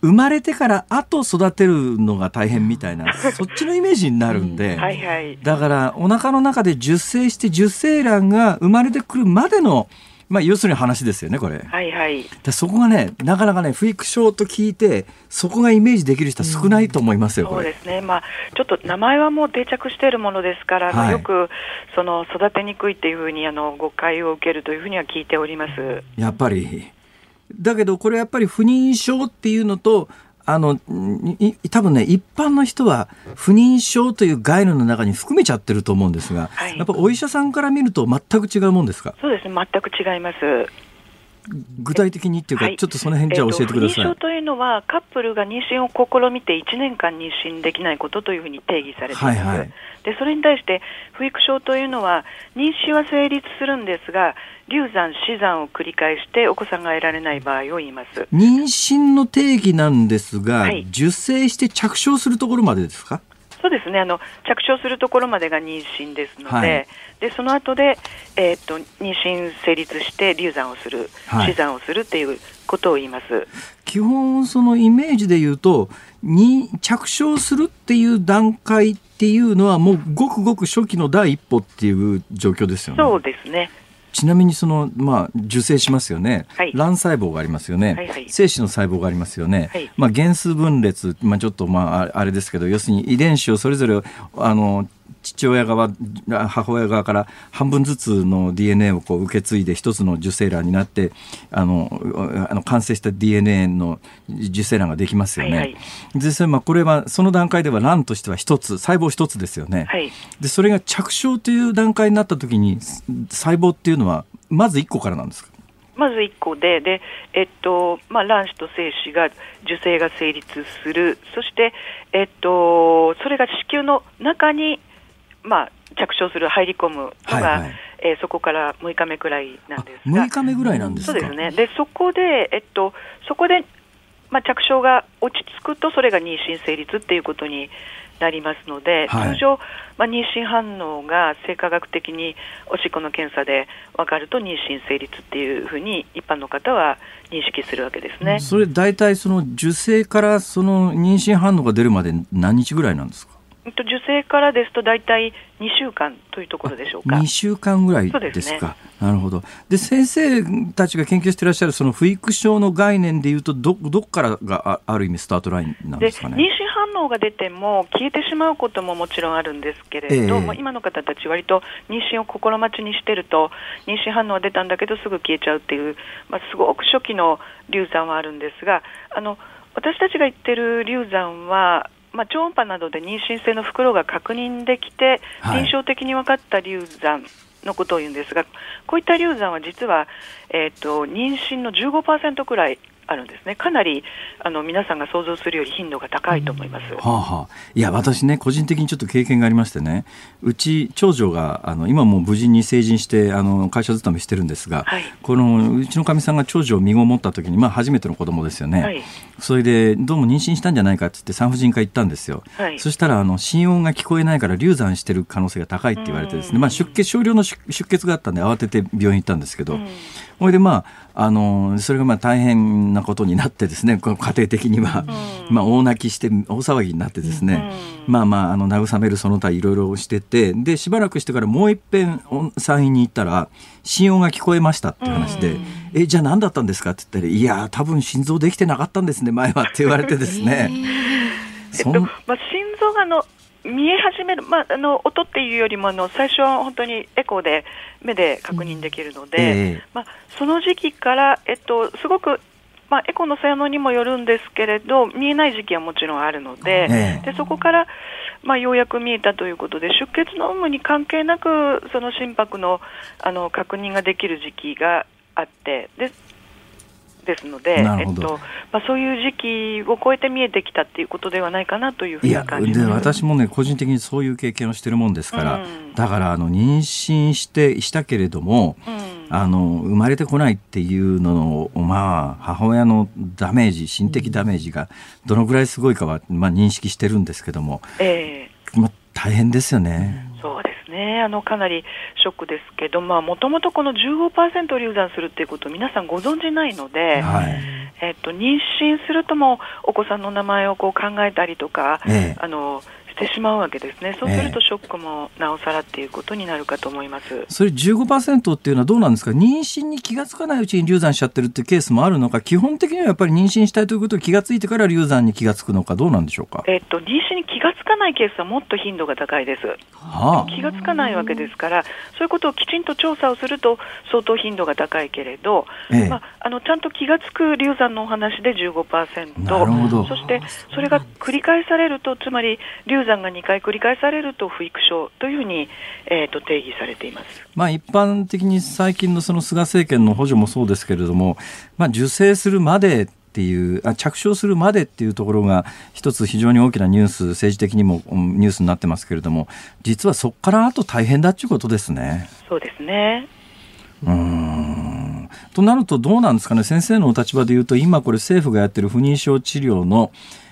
生まれてから後育てるのが大変みたいなそっちのイメージになるんで、 はいはい、 だからお腹の中で受精して受精卵が生まれてくるまでの要するに話ですよねこれ。 はいはい、 そこがねなかなかね不育症と聞いてそこがイメージできる人は少ないと思いますよ、これ。 そうですね、ちょっと名前はもう定着しているものですから、 はい、 よく育てにくいっていうふうに誤解を受けるというふうには聞いております。 やっぱりだけどこれやっぱり不妊症っていうのと多分ね一般の人は不妊症という概念の中に含めちゃってると思うんですが、はい、やっぱお医者さんから見ると全く違うもんですか？ そうですね、全く違います。 具体的にっていうか、ちょっとその辺じゃあ教えてください。 不妊症というのはカップルが妊娠を試みて1年間妊娠できないことというふうに定義されています、はいはい、でそれに対して不育症というのは妊娠は成立するんですが流産死産を繰り返してお子さんが得られない場合を言います。 妊娠の定義なんですが、はい、受精して着床するところまでですか？ そうですね、着床するところまでが妊娠ですので、はい、でその後で、妊娠成立して流産をする、はい、死産をするっていうことを言います。 基本そのイメージで言うと着床するっていう段階っていうのはもうごくごく初期の第一歩っていう状況ですよね。 そうですね。 ちなみに受精しますよね、はい、卵細胞がありますよね、はいはい、精子の細胞がありますよね、はい、原数分裂、ちょっとあれですけど要するに遺伝子をそれぞれ父親側母親側から半分ずつの DNA を受け継いで一つの受精卵になって完成した DNA の受精卵ができますよね、はいはい、でそれこれはその段階では卵としては細胞一つですよね、はい、でそれが着床という段階になった時に細胞っていうのはまず1個からなんですか？ まず1個で、卵子と精子が受精が成立する。そして、それが子宮の中に着床する入り込むのが、はいはい、そこから6日目くらいなんですが。 6日目ぐらいなんですか？ そうですね。でそこで、着床が落ち着くとそれが妊娠成立っていうことになりますので、はい、通常、妊娠反応が生化学的におしっこの検査で分かると妊娠成立っていうふうに一般の方は認識するわけですね。 それ大体その受精からその妊娠反応が出るまで何日ぐらいなんですか？ 受精からですと大体2週間というところでしょうか。 2週間ぐらいですか。なるほど。で先生たちが研究していらっしゃるその不育症の概念でいうと どっからが ある意味スタートラインなんですかね。 妊娠反応が出ても消えてしまうことももちろんあるんですけれど、今の方たち割と妊娠を心待ちにしてると妊娠反応が出たんだけどすぐ消えちゃうっていう、すごく初期の流産はあるんですが、私たちが言ってる流産は超音波などで妊娠性の袋が確認できて、臨床的に分かった流産のことを言うんですが、こういった流産は実は、妊娠の 15% くらいあるんですね。かなり皆さんが想像するより頻度が高いと思います。 いや私ね個人的にちょっと経験がありましてね、うち長女が今もう無事に成人して会社勤めしてるんですが、はい、このうちのかみさんが長女を身ごもった時に、初めての子供ですよね、はい、それでどうも妊娠したんじゃないかって言って産婦人科行ったんですよ、はい、そしたら心音が聞こえないから流産してる可能性が高いって言われてですね、少量の出血があったんで慌てて病院行ったんですけど、それでそれが大変なことになってですね、家庭的には、大泣きして大騒ぎになってですね、慰めるその他いろいろしてて、でしばらくしてからもう一遍産院に行ったら心音が聞こえましたって話で、じゃあ何だったんですかって言ったら、いや多分心臓できてなかったんですね前はって言われてですね心臓が見え始める、音っていうよりも最初は本当にエコーで目で確認できるので、その時期から、すごく、エコーの性能にもよるんですけれど見えない時期はもちろんあるので、そこから、ようやく見えたということで出血の有無に関係なくその心拍の、確認ができる時期があってですので、そういう時期を超えて見えてきたっていうことではないかなというふうに感じます。 で私もね個人的にそういう経験をしてるもんですから、だから妊娠したけれども、生まれてこないっていうのを、母親のダメージ心的ダメージがどのぐらいすごいかは、認識してるんですけども、大変ですよね。 そうですですね、かなりショックですけど、もともとこの 15% 流産するっていうことを皆さんご存じないので、妊娠するともお子さんの名前をこう考えたりとか、してしまうわけですね。そうするとショックもなおさらっていうことになるかと思います。 それ 15% っていうのはどうなんですか？妊娠に気がつかないうちに流産しちゃってるっていうケースもあるのか、基本的にはやっぱり妊娠したいということに気がついてから流産に気がつくのか、どうなんでしょうか？ 妊娠に気がつかないケースはもっと頻度が高いです。気がつかないわけですから、そういうことをきちんと調査をすると相当頻度が高いけれど、ちゃんと気がつく流産のお話で 15%、 なるほど。 そしてそれが繰り返されると、つまり流産が2回繰り返されると不育症というふうに、定義されています。 一般的に最近のその菅政権の補助もそうですけれども、受精するまでっていう着床するまでっていうところが一つ非常に大きなニュース、政治的にもニュースになってますけれども、実はそこからあと大変だっていうことですね。 そうですね。 となるとどうなんですかね、先生のお立場でいうと、今これ政府がやってる不妊症治療の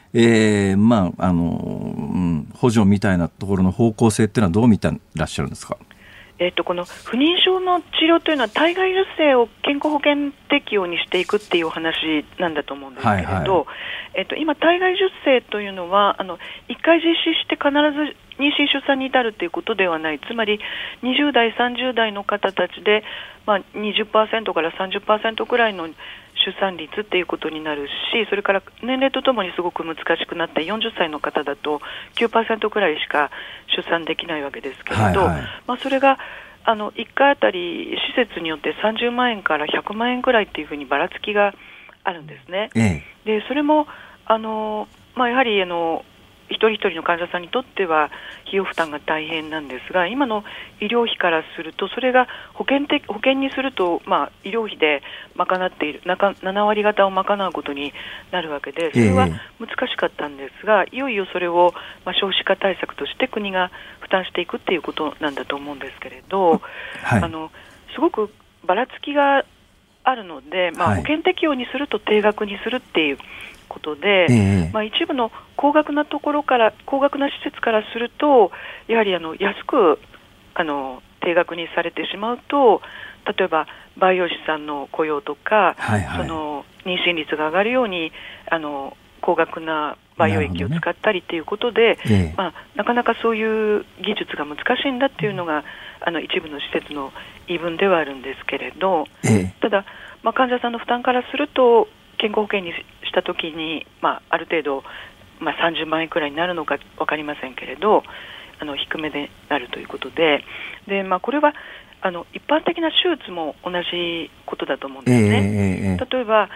補助みたいなところの方向性っていうのはどう見てらっしゃるんですか？ この不妊症の治療というのは体外受精を健康保険適用にしていくっていうお話なんだと思うんですけれど、今体外受精というのは1回実施して必ず妊娠出産に至るということではない。つまり20代30代の方たちで、20% から 30% くらいの出産率っていうことになるし、それから年齢とともにすごく難しくなって40歳の方だと 9% くらいしか出産できないわけですけれど、それが1回あたり施設によって30万円から100万円くらいっていうふうにばらつきがあるんですね。でそれもやはり一人一人の患者さんにとっては費用負担が大変なんですが、今の医療費からするとそれが保険にすると、医療費で賄っている7割方を賄うことになるわけで、それは難しかったんですが、いよいよそれを、少子化対策として国が負担していくっていうことなんだと思うんですけれど、すごくばらつきがあるので、保険適用にすると定額にするっていうことで、一部の高額な施設からするとやはり安く定額にされてしまうと、例えば培養士さんの雇用とか、その妊娠率が上がるように高額な培養液を使ったりということで、なかなかそういう技術が難しいんだっていうのが一部の施設の言い分ではあるんですけれど、ただ、患者さんの負担からすると健康保険にしたときに、ある程度、30万円くらいになるのか分かりませんけれど、低めでなるということで、これは一般的な手術も同じことだと思うんですね。例えば、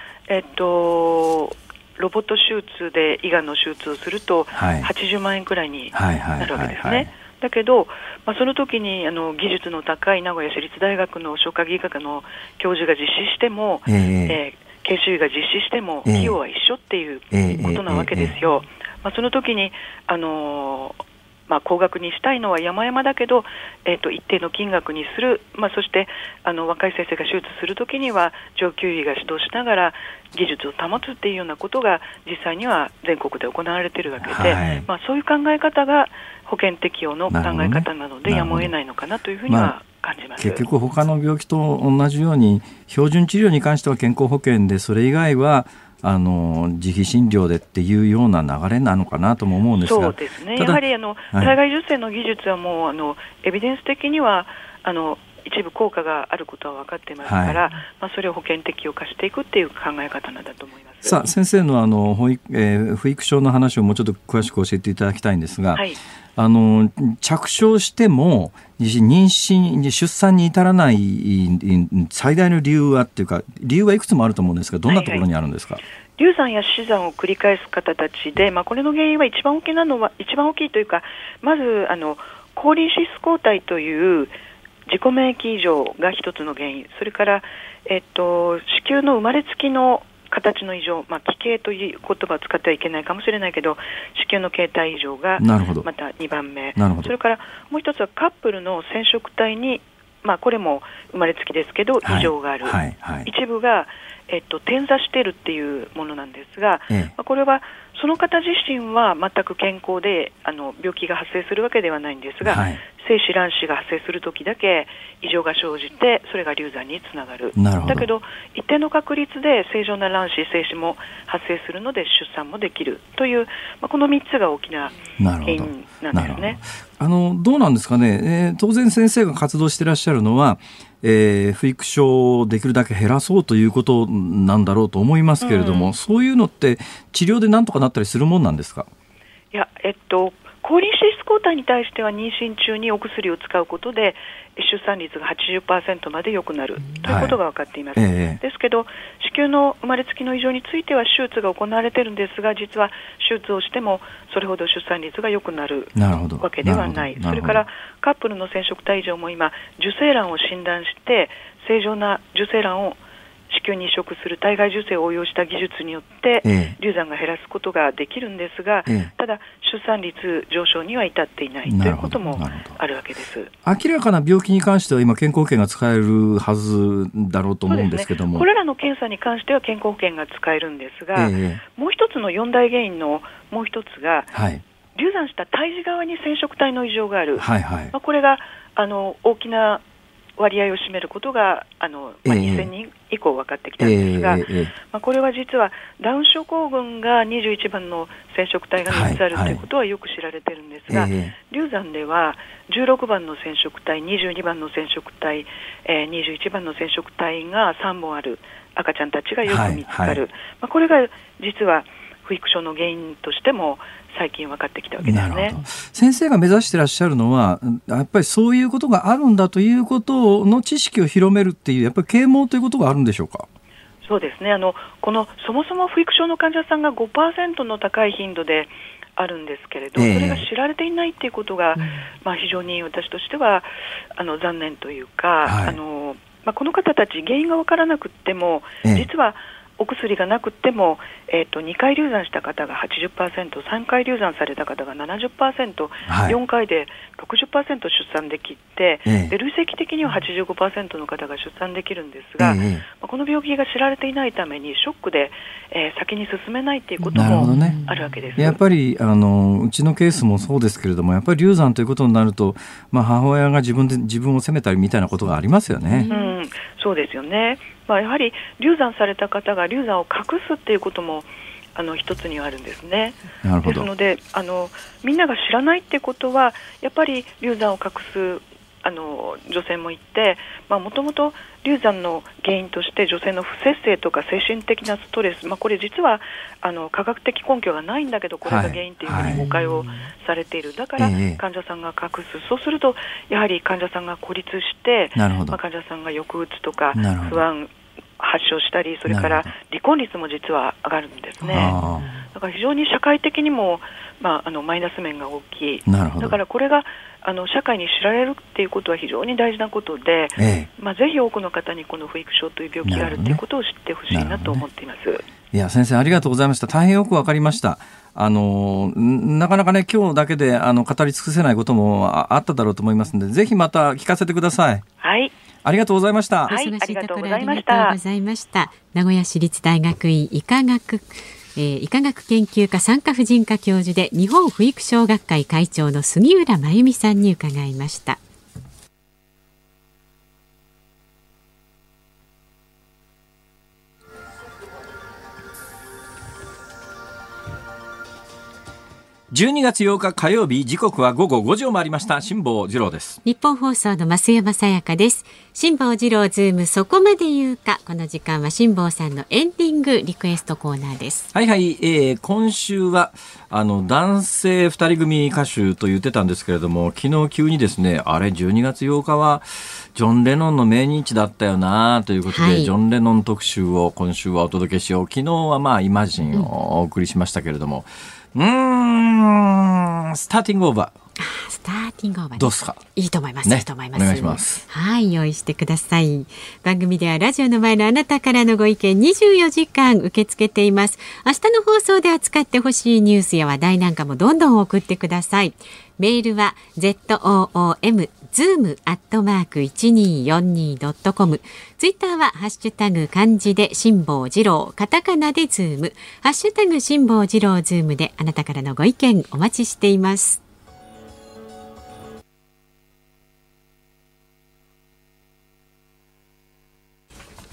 ロボット手術で胃がんの手術をすると80万円くらいになるわけですね。だけど、その時に技術の高い名古屋市立大学の消化技学の教授が実施しても、研修医が実施しても費用は一緒っていうことなわけですよ。その時に高額にしたいのは山々だけど、一定の金額にする、そして若い先生が手術するときには上級医が指導しながら技術を保つっていうようなことが実際には全国で行われているわけで、そういう考え方が保険適用の考え方なので、やむを得ないのかなというふうには感じます。 結局他の病気と同じように標準治療に関しては健康保険で、それ以外は自費診療でっていうような流れなのかなとも思うんですが、 そうですね、やはり体外受精の技術はもうエビデンス的には一部効果があることは分かっていますから、それを保険適用化していくっていう考え方なんだと思います。 さあ、先生の不育症の話をもうちょっと詳しく教えていただきたいんですが、着床しても出産に至らない最大の理由はっていうか、理由はいくつもあると思うんですが、どんなところにあるんですか？ 流産や死産を繰り返す方たちで、これの原因は一番大きいというか、まず抗リンシス抗体という自己免疫異常が一つの原因、それから子宮の生まれつきの形の異常、奇形という言葉を使ってはいけないかもしれないけど、子宮の形態異常がまた2番目、それからもう一つはカップルの染色体に、これも生まれつきですけど異常がある、一部が、転座しているっていうものなんですが、これはその方自身は全く健康で病気が発生するわけではないんですが、 精子卵子が発生するときだけ異常が生じて、それが流産につながる。だけど一定の確率で正常な卵子精子も発生するので出産もできるという、この3つが大きな原因なんですね。 どうなんですかね、当然先生が活動していらっしゃるのは、不育症をできるだけ減らそうということなんだろうと思いますけれども、そういうのって治療でなんとかなったりするもんなんですか？ いや、抗リン脂質抗体に対しては妊娠中にお薬を使うことで出産率が 80% まで良くなるということが分かっています。ですけど子宮の生まれつきの異常については手術が行われているんですが、実は手術をしてもそれほど出産率が良くなるわけではない。それからカップルの染色体異常も今受精卵を診断して正常な受精卵を子宮に移植する体外受精を応用した技術によって流産が減らすことができるんですが、ただ出産率上昇には至っていないということもあるわけです。 明らかな病気に関しては今健康保険が使えるはずだろうと思うんですけども、 これらの検査に関しては健康保険が使えるんですが、もう一つの4大原因のもう一つが、流産した胎児側に染色体の異常がある、これが大きな割合を占めることが2000人以降分かってきたんですが、これは実はダウン症候群が21番の染色体が3つあるということはよく知られているんですが、流産では16番の染色体、22番の染色体、21番の染色体が3本ある赤ちゃんたちがよく見つかる、これが実は不育症の原因としても最近分かってきたわけですね。 先生が目指していらっしゃるのはやっぱりそういうことがあるんだということの知識を広めるっていうやっぱり啓蒙ということがあるんでしょうか？ そうですね、そもそも不育症の患者さんが 5% の高い頻度であるんですけれど、それが知られていないということが、非常に私としては残念というか、この方たち原因が分からなくっても、実はお薬がなくても、2回流産した方が 80%、3回流産された方が 70%、4回で 60% 出産できて、で累積的には 85% の方が出産できるんですが、この病気が知られていないためにショックで、先に進めないということもあるわけです。 やっぱりうちのケースもそうですけれども、やっぱり流産ということになると、母親が自分を責めたりみたいなことがありますよね。 そうですよね。やはり流産された方が流産を隠すっていうことも一つにはあるんですね。ですのでみんなが知らないってことはやっぱり流産を隠す女性もいて、もともと流産の原因として女性の不摂生とか精神的なストレス、これ実は科学的根拠がないんだけどこれが原因というふうに誤解をされている。だから患者さんが隠す。そうするとやはり患者さんが孤立して、患者さんが抑うつとか不安発症したり、それから離婚率も実は上がるんですね。だから非常に社会的にも、マイナス面が大きい。だからこれが社会に知られるっていうことは非常に大事なことで、ぜひ多くの方にこの不育症という病気があるということを知ってほしいなと思っています。 いや先生ありがとうございました。大変よくわかりました。なかなかね今日だけで語り尽くせないこともあっただろうと思いますので、ぜひまた聞かせてください。ありがとうございました。 ありがとうございました。名古屋市立大学院医科学研究科産科婦人科教授で日本不育症学会会長の杉浦真由美さんに伺いました。 12月8日火曜日、時刻は午後5時を回りました。辛坊治郎です。 日本放送の増山さやかです。辛坊治郎ズームそこまで言うか。この時間は辛坊さんのエンディングリクエストコーナーです。 今週は男性2人組歌手と言ってたんですけれども、昨日急にですね、12月8日はジョン・レノンの命日だったよなということで、ジョン・レノン特集を今週はお届けしよう。昨日はイマジンをお送りしましたけれども、スターティングオーバー。 スターティングオーバー、 どうですか？ いいと思います。いいと思います。 お願いします。 用意してください。番組ではラジオの前のあなたからのご意見24時間受け付けています。明日の放送で扱ってほしいニュースや話題なんかもどんどん送ってください。メールは zoom@1242.com。ツイッターはハッシュタグ漢字で辛坊治郎、カタカナでズーム、ハッシュタグ辛坊治郎ズームであなたからのご意見お待ちしています。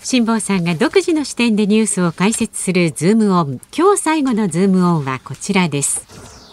辛坊さんが独自の視点でニュースを解説するズームオン。今日最後のズームオンはこちらです。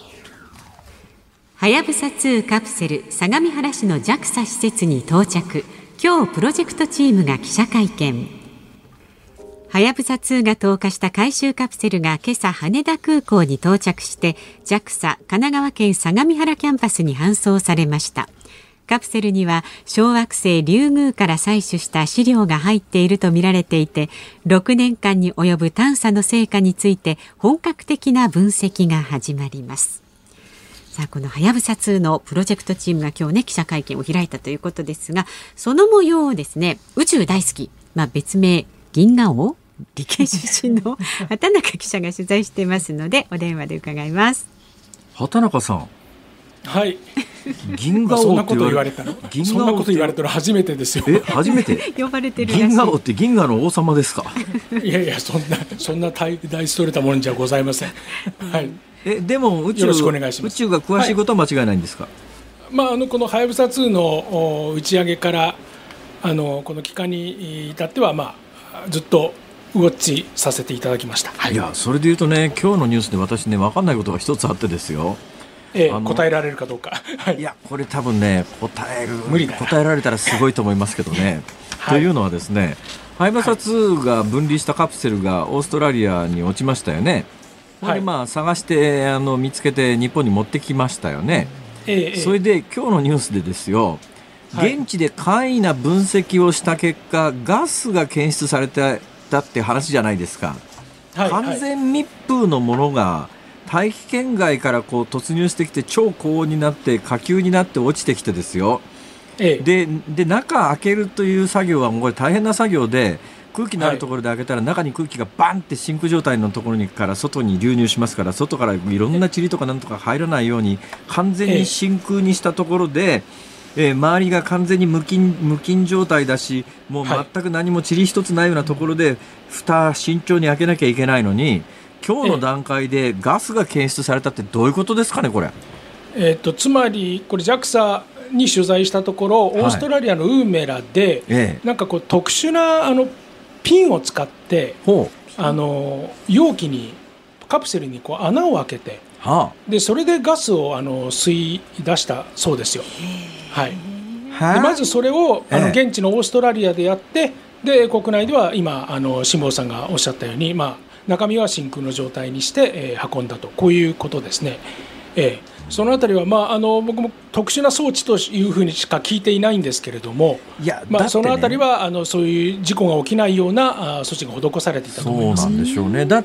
はやぶさ2カプセル相模原市の JAXA 施設に到着。今日プロジェクトチームが記者会見。はやぶさ2が投下した回収カプセルが今朝羽田空港に到着して JAXA 神奈川県相模原キャンパスに搬送されました。カプセルには小惑星リュウグウから採取した試料が入っているとみられていて、6年間に及ぶ探査の成果について本格的な分析が始まります。さあ、このはやぶさ2のプロジェクトチームが今日ね記者会見を開いたということですが、その模様をですね、宇宙大好き、別名銀河王理系出身の畑中記者が取材していますのでお電話で伺います。 畑中さん、 はい、 銀河王ってそんなこと言われたの初めてですよ。 初めて呼ばれてるらしい。 銀河王って銀河の王様ですか？ いやいや、そんな大それたものじゃございません。はい、 でも宇宙が詳しいことは間違いないんですか？ はい、このはやぶさ2の打ち上げからこの期間に至っては、ずっとウォッチさせていただきました。はい、 いや、それでいうとね、今日のニュースで私ね、分かんないことが一つあってですよ。 答えられるかどうか。はい、 いや、これ多分ね、 無理だな。 答えられたらすごいと思いますけどね。はい、というのはですね、はやぶさ2が分離したカプセルがオーストラリアに落ちましたよね。はい、探して見つけて日本に持ってきましたよね。それで今日のニュースでですよ、現地で簡易な分析をした結果、ガスが検出されたって話じゃないですか。完全密封のものが大気圏外から突入してきて超高温になって火球になって落ちてきてですよ。で中開けるという作業はもうこれ大変な作業で、空気のあるところで開けたら中に空気がバンって真空状態のところにから外に流入しますから、外からいろんな塵とかなんとか入らないように完全に真空にしたところで、周りが完全に無菌状態だし、もう全く何も塵一つないようなところで蓋慎重に開けなきゃいけないのに、今日の段階でガスが検出されたってどういうことですかね、これ。 つまりこれ JAXA に取材したところ、オーストラリアのウーメラで、なんか特殊なピンを使って容器にカプセルに穴を開けて、でそれでガスを吸い出したそうですよ。はい、でまずそれを現地のオーストラリアでやって、で国内では今辛坊さんがおっしゃったように、中身は真空の状態にして、運んだと、こういうことですね。そのあたりは、僕も特殊な装置というふうにしか聞いていないんですけれども、そのあたりはそういう事故が起きないような措置が施されていたと思います。 そうなんでしょうね。だって、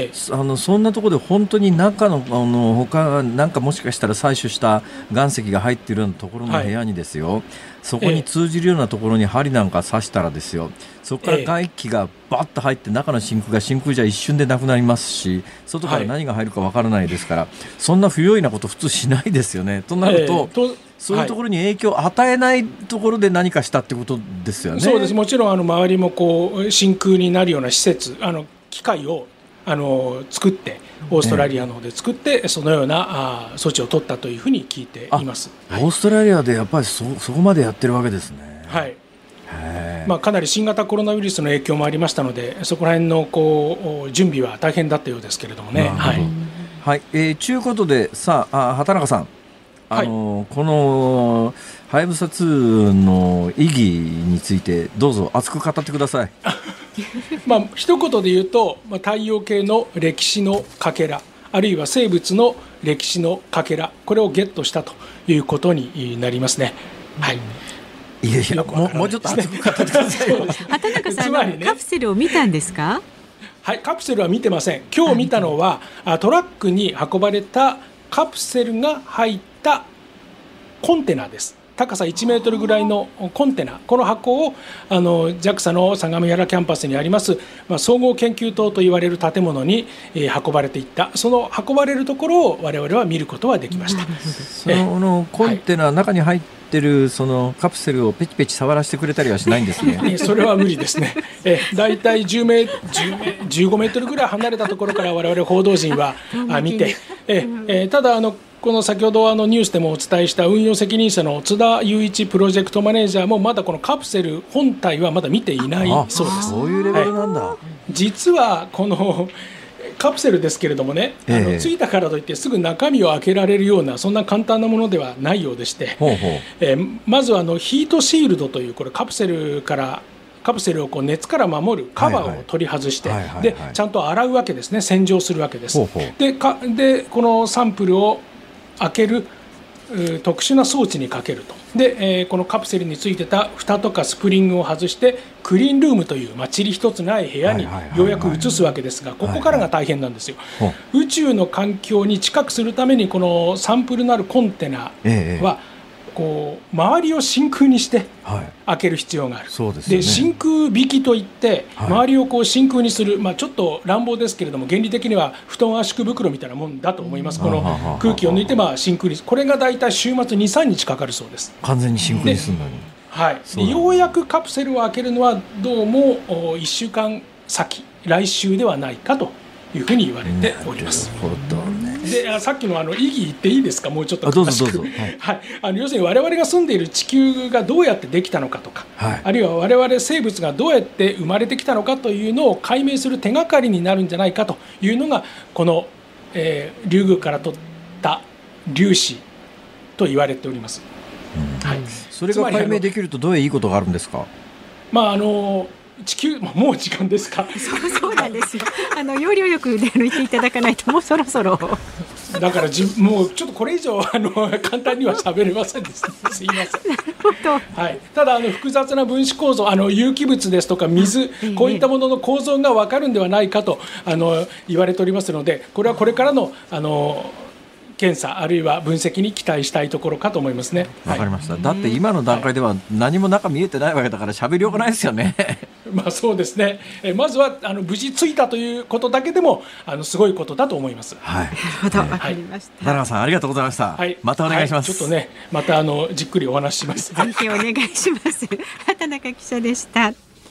そんなところで本当に中の他なんかもしかしたら採取した岩石が入っているようなところの部屋にですよ、そこに通じるようなところに針なんか刺したらですよ、そこから外気がバッと入って中の真空じゃ一瞬でなくなりますし、外から何が入るかわからないですから、そんな不用意なこと普通しないですよね。となると、そういうところに影響を与えないところで何かしたってことですよね。 そうです。もちろん周りも真空になるような施設、機械を作って、オーストラリアの方で作って、そのような措置を取ったというふうに聞いています。 オーストラリアでやっぱりそこまでやってるわけですね。 はい。かなり新型コロナウイルスの影響もありましたので、そこら辺の準備は大変だったようですけれどもね。 はい。ということで、さあ、畑中さん、このはやぶさ2の意義についてどうぞ熱く語ってください。 一言で言うと、太陽系の歴史のかけら、あるいは生物の歴史のかけら、これをゲットしたということになりますね。はい。 いやもうちょっと熱く語ってください。 畑中さん、カプセルを見たんですか？ はい、カプセルは見てません。今日見たのはトラックに運ばれたカプセルが入ったコンテナです。高さ1メートルぐらいのコンテナ、この箱をJAXA の相模原キャンパスにあります、総合研究棟といわれる建物に運ばれていった、その運ばれるところを我々は見ることはできました。 そのコンテナ、中に入ってるそのカプセルをペチペチ触らせてくれたりはしないんですね。 それは無理ですね。だいたい15メートルぐらい離れたところから我々報道陣は見て、ただこの先ほどニュースでもお伝えした運用責任者の津田雄一プロジェクトマネージャーもまだこのカプセル本体はまだ見ていないそうです。 そういうレベルなんだ。 実はこのカプセルですけれどもね、ついたからといってすぐ中身を開けられるようなそんな簡単なものではないようでして、まずはヒートシールドというこれカプセルをこう熱から守るカバーを取り外して、でちゃんと洗うわけですね。洗浄するわけです。でこのサンプルを開ける特殊な装置にかけると。で、このカプセルについてた蓋とかスプリングを外してクリーンルームという、塵一つない部屋にようやく移すわけですが、ここからが大変なんですよ。宇宙の環境に近くするためにこのサンプルのあるコンテナはこう周りを真空にして開ける必要がある。で真空引きといって周りをこう真空にする、ちょっと乱暴ですけれども原理的には布団圧縮袋みたいなもんだと思います。この空気を抜いて真空に、これがだいたい週末 2,3 日かかるそうです。 完全に真空にするのに、 ようやくカプセルを開けるのはどうも1週間先、来週ではないかというふうに言われております。でさっきの意義言っていいですか、もうちょっと詳しく。要するに我々が住んでいる地球がどうやってできたのかとか、あるいは我々生物がどうやって生まれてきたのかというのを解明する手がかりになるんじゃないかというのがこの、リュウグウから取った粒子と言われております。 それが解明できるとどういういいことがあるんですか。 地球もう時間ですか。 そうなんですよ。要領よく言っていただかないともうそろそろだからもうちょっとこれ以上簡単には喋れませんでした。すいません。ただ複雑な分子構造、有機物ですとか水、こういったものの構造が分かるんではないかと言われておりますので、これはこれからの検査あるいは分析に期待したいところかと思いますね。 わかりました。だって今の段階では何も中見えてないわけだから喋りよくないですよね。 そうですね。まずは無事ついたということだけでもすごいことだと思います。 なるほど、わかりました。 田中さんありがとうございました。またお願いします。 ちょっとねまたじっくりお話しします。 ぜひお願いします。畑中記者でした。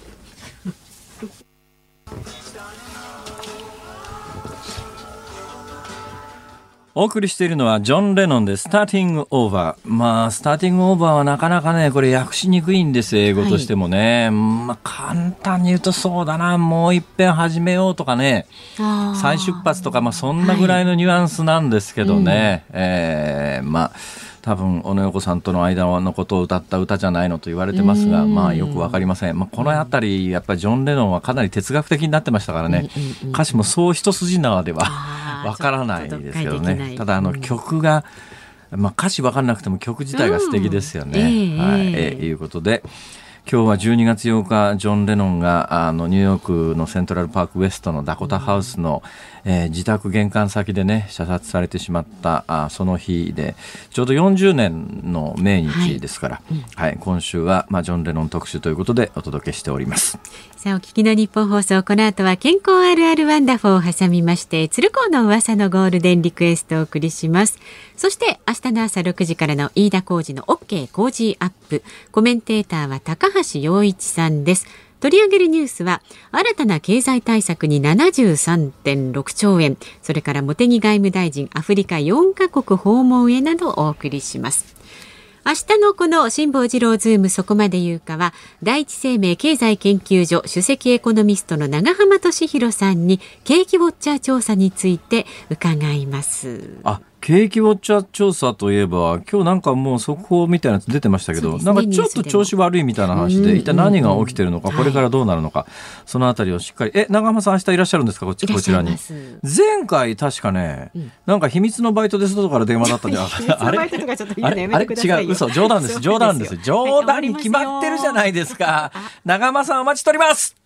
お送りしているのはジョン・レノンでスターティングオーバー。スターティングオーバーはなかなかねこれ訳しにくいんですよ、英語としてもね。簡単に言うとそうだな、もう一遍始めようとかね、再出発とか、そんなぐらいのニュアンスなんですけどね、多分小野洋子さんとの間のことを歌った歌じゃないのと言われてますが、よくわかりません。このあたりやっぱりジョン・レノンはかなり哲学的になってましたからね、歌詞もそう一筋縄ではわからないですけどね。ただ曲が、歌詞わからなくても曲自体が素敵ですよね。いうことで今日は12月8日ジョン・レノンがニューヨークのセントラルパークウェストのダコタハウスの、自宅玄関先でね射殺されてしまったその日でちょうど40年の命日ですから、今週は、ジョン・レノン特集ということでお届けしております。 さあお聞きの日本放送、この後は健康あるあるワンダフォーを挟みまして鶴光の噂のゴールデンリクエストをお送りします。そして明日の朝6時からの飯田浩司の OK 工事アップ、コメンテーターは高橋洋一さんです。取り上げるニュースは新たな経済対策に 73.6 兆円、それから茂木外務大臣アフリカ4カ国訪問へなどお送りします。明日のこの辛坊治郎ズームそこまで言うかは、第一生命経済研究所首席エコノミストの長浜俊弘さんに景気ウォッチャー調査について伺います。 景気ウォッチャー調査といえば今日なんかもう速報みたいなやつ出てましたけど、なんかちょっと調子悪いみたいな話で、一体何が起きてるのか、これからどうなるのか、そのあたりをしっかり。長浜さん明日いらっしゃるんですか、こちらに。前回確かね、なんか秘密のバイトで外から電話だったんで、あれ違う、嘘、冗談です。冗談に決まってるじゃないですか。長浜さんお待ちしております。